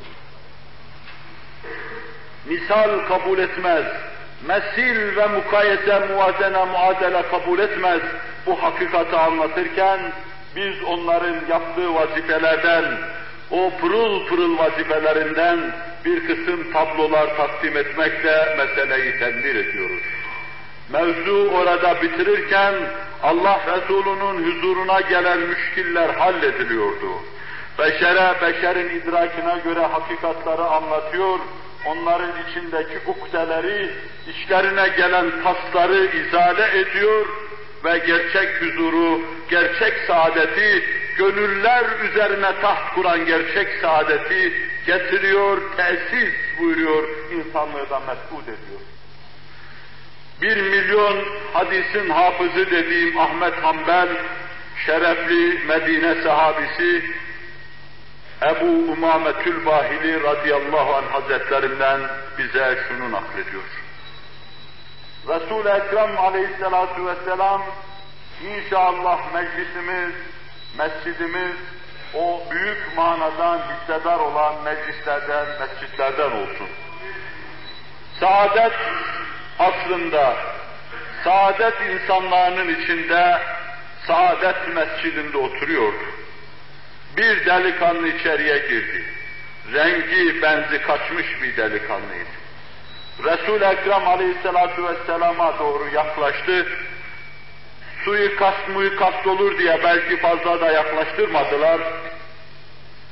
Misal kabul etmez, mesil ve mukayese, muvazene, muadele kabul etmez. Bu hakikati anlatırken, biz onların yaptığı vazifelerden, o pırıl pırıl vazifelerinden bir kısım tablolar takdim etmekle meseleyi tenbir ediyoruz. Mevzu orada bitirirken Allah Resulü'nün huzuruna gelen müşkiller hallediliyordu. Beşere, beşerin idrakine göre hakikatları anlatıyor, onların içindeki ukdeleri, içlerine gelen tasları izale ediyor ve gerçek huzuru, gerçek saadeti, gönüller üzerine taht kuran gerçek saadeti getiriyor, tesis buyuruyor, insanlığı da mes'ud ediyor. Bir milyon hadisin hafızı dediğim Ahmet Hanbel, şerefli Medine sahabisi, Ebu Umame Tülbahili radıyallahu anh hazretlerinden bize şunu naklediyor. Resul-i Ekrem aleyhissalatu vesselam, inşallah meclisimiz, mescidimiz, o büyük manadan hissedar olan meclislerden, mescitlerden olsun. Saadet aslında, saadet insanlarının içinde, saadet mescidinde oturuyordu. Bir delikanlı içeriye girdi. Rengi, benzi kaçmış bir delikanlıydı. Resul-i Ekrem aleyhissalatu vesselama doğru yaklaştı. Suikast muikast olur diye belki fazla da yaklaştırmadılar.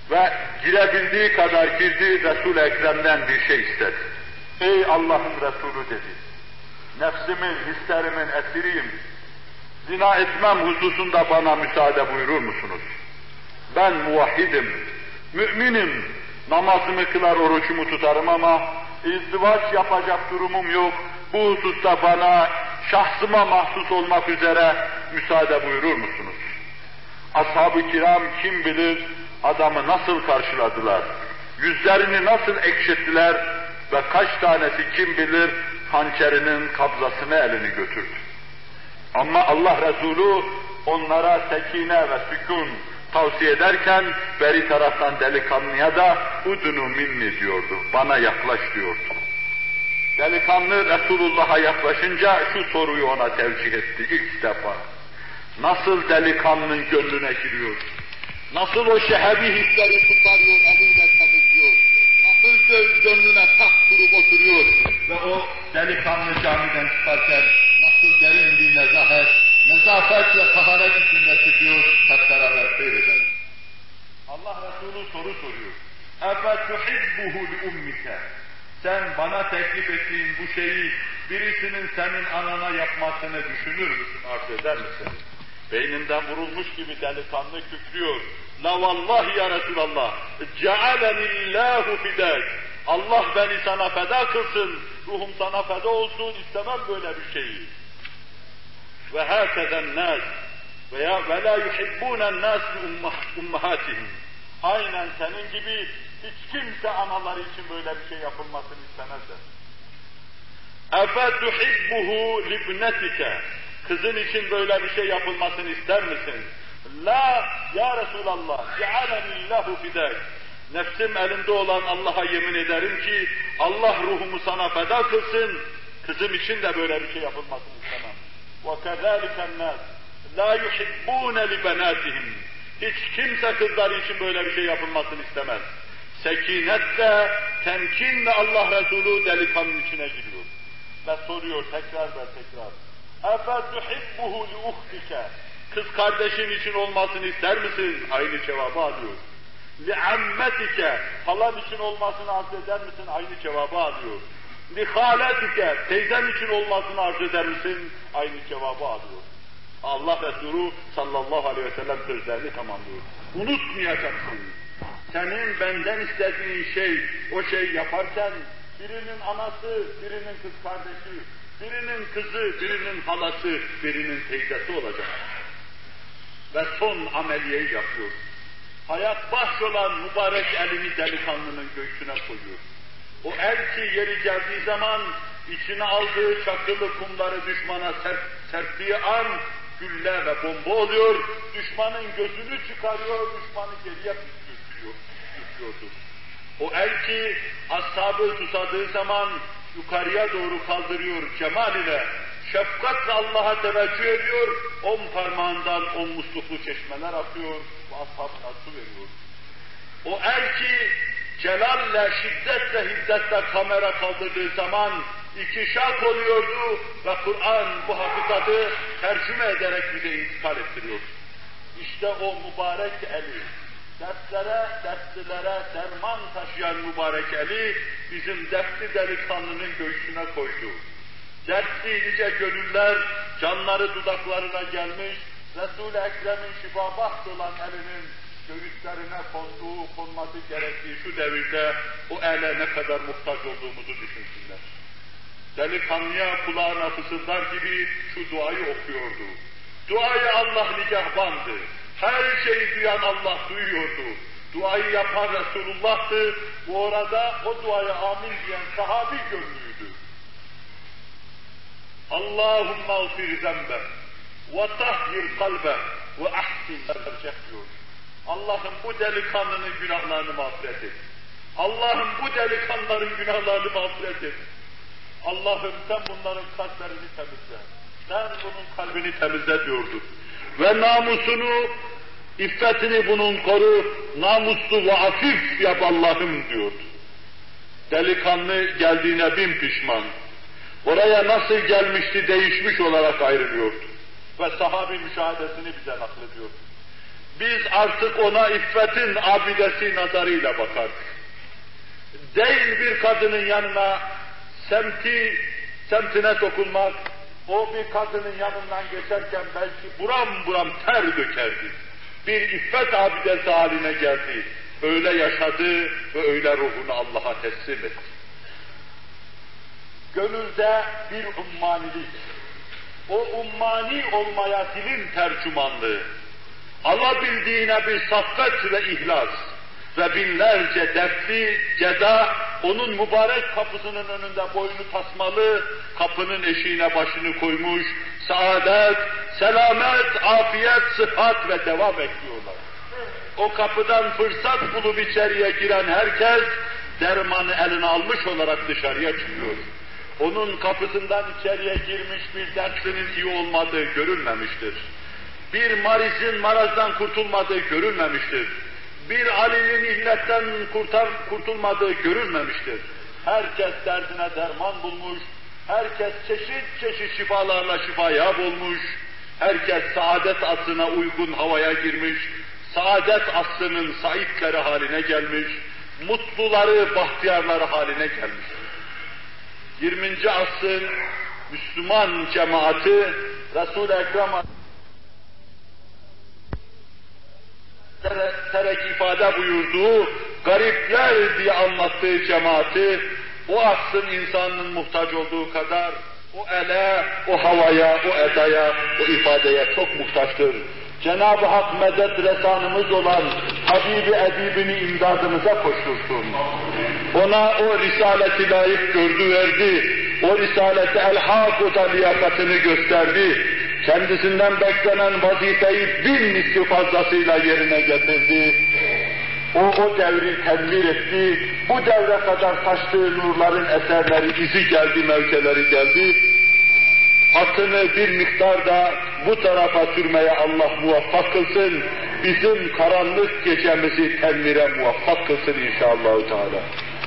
Ve girebildiği kadar girdi, Resul-i Ekrem'den bir şey istedi. Ey Allah'ın Resulü dedi, nefsimin, hislerimin esiriyim, zina etmem hususunda bana müsaade buyurur musunuz? Ben muvahhidim, müminim, namazımı kılar, orucumu tutarım ama izdivaç yapacak durumum yok, bu hususta bana, şahsıma mahsus olmak üzere müsaade buyurur musunuz? Ashab-ı kiram kim bilir adamı nasıl karşıladılar, yüzlerini nasıl ekşittiler ve kaç tanesi kim bilir hançerinin kabzasını elini götürdü. Ama Allah Resulü onlara sekine ve sükun tavsiye ederken beri taraftan delikanlıya da udunu minni diyordu, bana yaklaş diyordu. Delikanlı Resulullah'a yaklaşınca şu soruyu ona tevcih etti ilk defa. Nasıl delikanlının gönlüne giriyor? Nasıl o şehevi hisleri tutarıyor, eliyle temizliyor? Nasıl göz gönlüne tak durup oturuyor? Ve o delikanlı camiden çıkarken nasıl derin bir nezahet, nezafet ve taharet içinde çıkıyor, hep beraber seyredelim. Allah Resulü soru soruyor. اَفَتُحِبُّهُ لِأُمِّكَ Sen bana teklif ettiğin bu şeyi birisinin senin anana yapmasını düşünür müsün, arz eder misin? Beyninden vurulmuş gibi delikanlı kükrüyor. La vallahi ya Resulallah, cealenillahu fidâk. Allah beni sana feda kılsın, ruhum sana feda olsun, istemem böyle bir şeyi. Ve hâkeden nâs veya ve lâ yuhibbûnen nâs bi ummahatihim. Aynen senin gibi hiç kimse anaları için böyle bir şey yapılmasını istemezler. اَفَتُحِبُّهُ لِبْنَتِكَ Kızın için böyle bir şey yapılmasını ister misin? La ya Resulallah, cealenillahu fidâk. Nefsim elinde olan Allah'a yemin ederim ki Allah ruhumu sana feda kılsın, kızım için de böyle bir şey yapılmasını istemem. وَكَذَٰلِكَ النَّاسِ لَا يُحِبُّونَ لِبَنَاتِهِمْ Hiç kimse kızları için böyle bir şey yapılmasını istemez. Sekinetle, temkinle Allah Resulü delikanlının içine giriyor. Ve soruyor tekrar ve tekrar. اَفَتُحِبُّهُ لِأُخْتِكَ Kız kardeşin için olmasını ister misin? Aynı cevabı alıyor. لِعَمَّتِكَ Halan için olmasını arz eder misin? Aynı cevabı alıyor. لِخَالَتِكَ Teyzen için olmasını arz eder misin? Aynı cevabı alıyor. Allah Resulü sallallahu aleyhi ve sellem sözlerini tamamlıyor. Unutmayacaksın. Senin benden istediğin şey, o şey yaparken birinin anası, birinin kız kardeşi, birinin kızı, birinin halası, birinin teyzesi olacak. Ve son ameliyeyi yapıyor. Hayat bahşolan mübarek elini delikanlının göğsüne koyuyor. O el ki yeri geldiği zaman içine aldığı çakılı kumları düşmana serp, serptiği an gülle ve bomba oluyor, düşmanın gözünü çıkarıyor, düşmanı geriye püskürtüyor, püskürtüyordu. O el ki ashabı susadığı zaman yukarıya doğru kaldırıyor cemal ile, şefkatle Allah'a teveccüh ediyor, on parmağından on musluklu çeşmeler akıyor, bu ashabına su veriyor. O el ki celalle, şiddetle, hiddetle kamera kaldırdığı zaman iki şak oluyordu ve Kur'an bu hakikati tercüme ederek bize intikal ettiriyor. İşte o mübarek eli, dertlere, dertlilere derman taşıyan mübarek eli bizim dertli delikanlının göğsüne koydu. Dertli nice gönüller, canları dudaklarına gelmiş, Resul-i Ekrem'in şifabaht olan elinin göğüslerine konduğu, konması gerektiği şu devirde o ele ne kadar muhtaç olduğumuzu düşünsünler. Delikanlıya kulağına fısıldar gibi şu duayı okuyordu. Duayı Allah nigahbandı. Her şeyi duyan Allah duyuyordu. Duayı yapan Resulullah'tı. Bu orada o duaya amin diyen sahabi gönlüydü. Allahümme ağfir zembe ve tahhir kalbe ve ahsin tercih diyor. Allah'ım bu delikanlının günahlarını mağfiret et. Allah'ım bu delikanlıların günahlarını mağfiret et. Allah'ım sen bunların kalplerini temizle. Sen bunun kalbini temizle diyordu. Ve namusunu, iffetini bunun koru, namuslu ve afif yap Allah'ım diyordu. Delikanlı geldiğine bin pişman. Oraya nasıl gelmişti değişmiş olarak ayrılıyordu. Ve sahabi müşahadesini bize naklediyor. biz artık ona iffetin abidesi nazarıyla bakardık. Değil bir kadının yanına semti, semtine sokulmak, o bir kadının yanından geçerken belki buram buram ter dökerdi. Bir iffet abidesi haline geldi. Öyle yaşadı ve öyle ruhunu Allah'a teslim etti. Gönülde bir ummanilik, o ummani olmaya dilin tercümanlığı, alabildiğine bir saffet ve ihlas ve binlerce dertli ceza onun mübarek kapısının önünde boynu tasmalı, kapının eşiğine başını koymuş, saadet, selamet, afiyet, sıhhat ve deva bekliyorlar. O kapıdan fırsat bulup içeriye giren herkes dermanı eline almış olarak dışarıya çıkıyor. Onun kapısından içeriye girmiş bir dertlinin iyi olmadığı görülmemiştir. Bir marizin marazdan kurtulmadığı görülmemiştir. Bir alinin illetten kurtar, kurtulmadığı görülmemiştir. Herkes derdine derman bulmuş, herkes çeşit çeşit şifalarla şifaya olmuş, herkes saadet aslına uygun havaya girmiş, saadet aslının saitleri haline gelmiş, mutluları, bahtiyarları haline gelmiş. yirminci asrın Müslüman cemaati Resul-i Ekrem terek ifade buyurduğu garipler diye anlattığı cemaati o asrın insanın muhtaç olduğu kadar o ele, o havaya, o edaya, o ifadeye çok muhtaçtır. Cenab-ı Hak medet resanımız olan Habibi Edibini imdadımıza koştursun. Ona o risaleti layık gördü verdi. O risaleti el-hâkuda liyakatını gösterdi. Kendisinden beklenen vazifeyi bin misli fazlasıyla yerine getirdi. O, o devri tedbir etti. Bu devre kadar taştığı nurların eserleri, izi geldi, mevkeleri geldi. Atını bir miktar da bu tarafa sürmeye Allah muvaffak kılsın. Bizim karanlık gecemizi tenvire muvaffak kılsın inşallah Teala.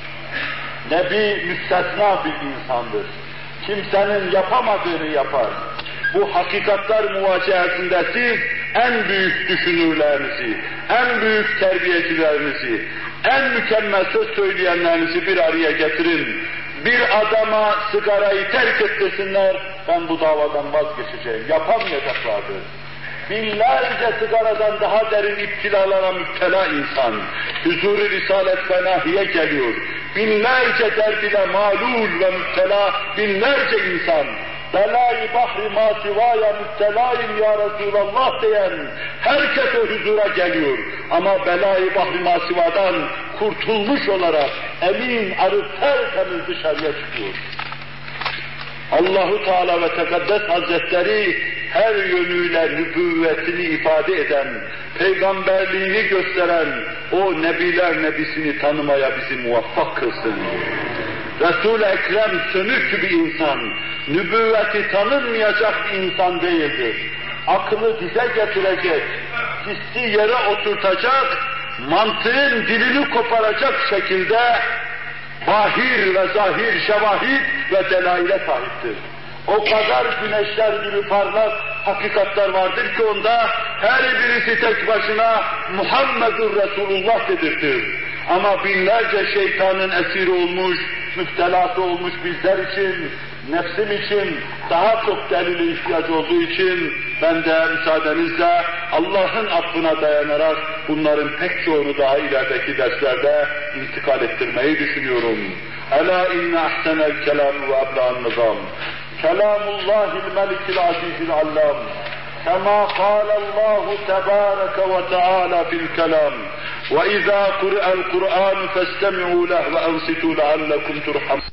Nebi müstesna bir insandır. Kimsenin yapamadığını yapar. Bu hakikatler muvacehesinde siz en büyük düşünürlerinizi, en büyük terbiyecilerinizi, en mükemmel söz söyleyenlerinizi bir araya getirin. Bir adama sigarayı terk ettirsinler, ben bu davadan vazgeçeceğim. Yapamayacaklardır. Binlerce sigaradan daha derin iptilalara müptela insan, huzur-i risalet fenahiye geliyor. Binlerce derd ile mağlul ve müptela binlerce insan, belâ-i bahri mâ sivâya müptelâim ya Resulallah diyen herkes o huzura geliyor. Ama belâ-i bahri mâ sivadan kurtulmuş olarak emin, arif, tertemiz dışarıya çıkıyor. Allahu Teala ve Tekaddes Hazretleri her yönüyle nübüvvetini ifade eden, peygamberliğini gösteren o nebiler nebisini tanımaya bizi muvaffak kılsın. Resul-i Ekrem sönük bir insan, nübüvveti tanınmayacak bir insan değildir. Aklı dize getirecek, hissi yere oturtacak, mantığın dilini koparacak şekilde bahir ve zahir şevahid ve delaile sahiptir. O kadar güneşler gibi parlak hakikatler vardır ki onda her birisi tek başına Muhammedur Resulullah dedirtir. Ama binlerce şeytanın esiri olmuş, müptelası olmuş bizler için, nefsim için daha çok delile ihtiyaç olduğu için ben de müsaadenizle Allah'ın affına dayanarak bunların pek çoğunu daha ilerideki derslerde intikal ettirmeyi düşünüyorum. Ela inne ahsenel kelam ve ebla'n nizam. Kelamullahil melikil azizil allam. Kema kâlallahu tebâreke ve teâlâ fil kelam. Ve izâ kur'el Kur'an festemi'û leh ve ansitû leallekum turham.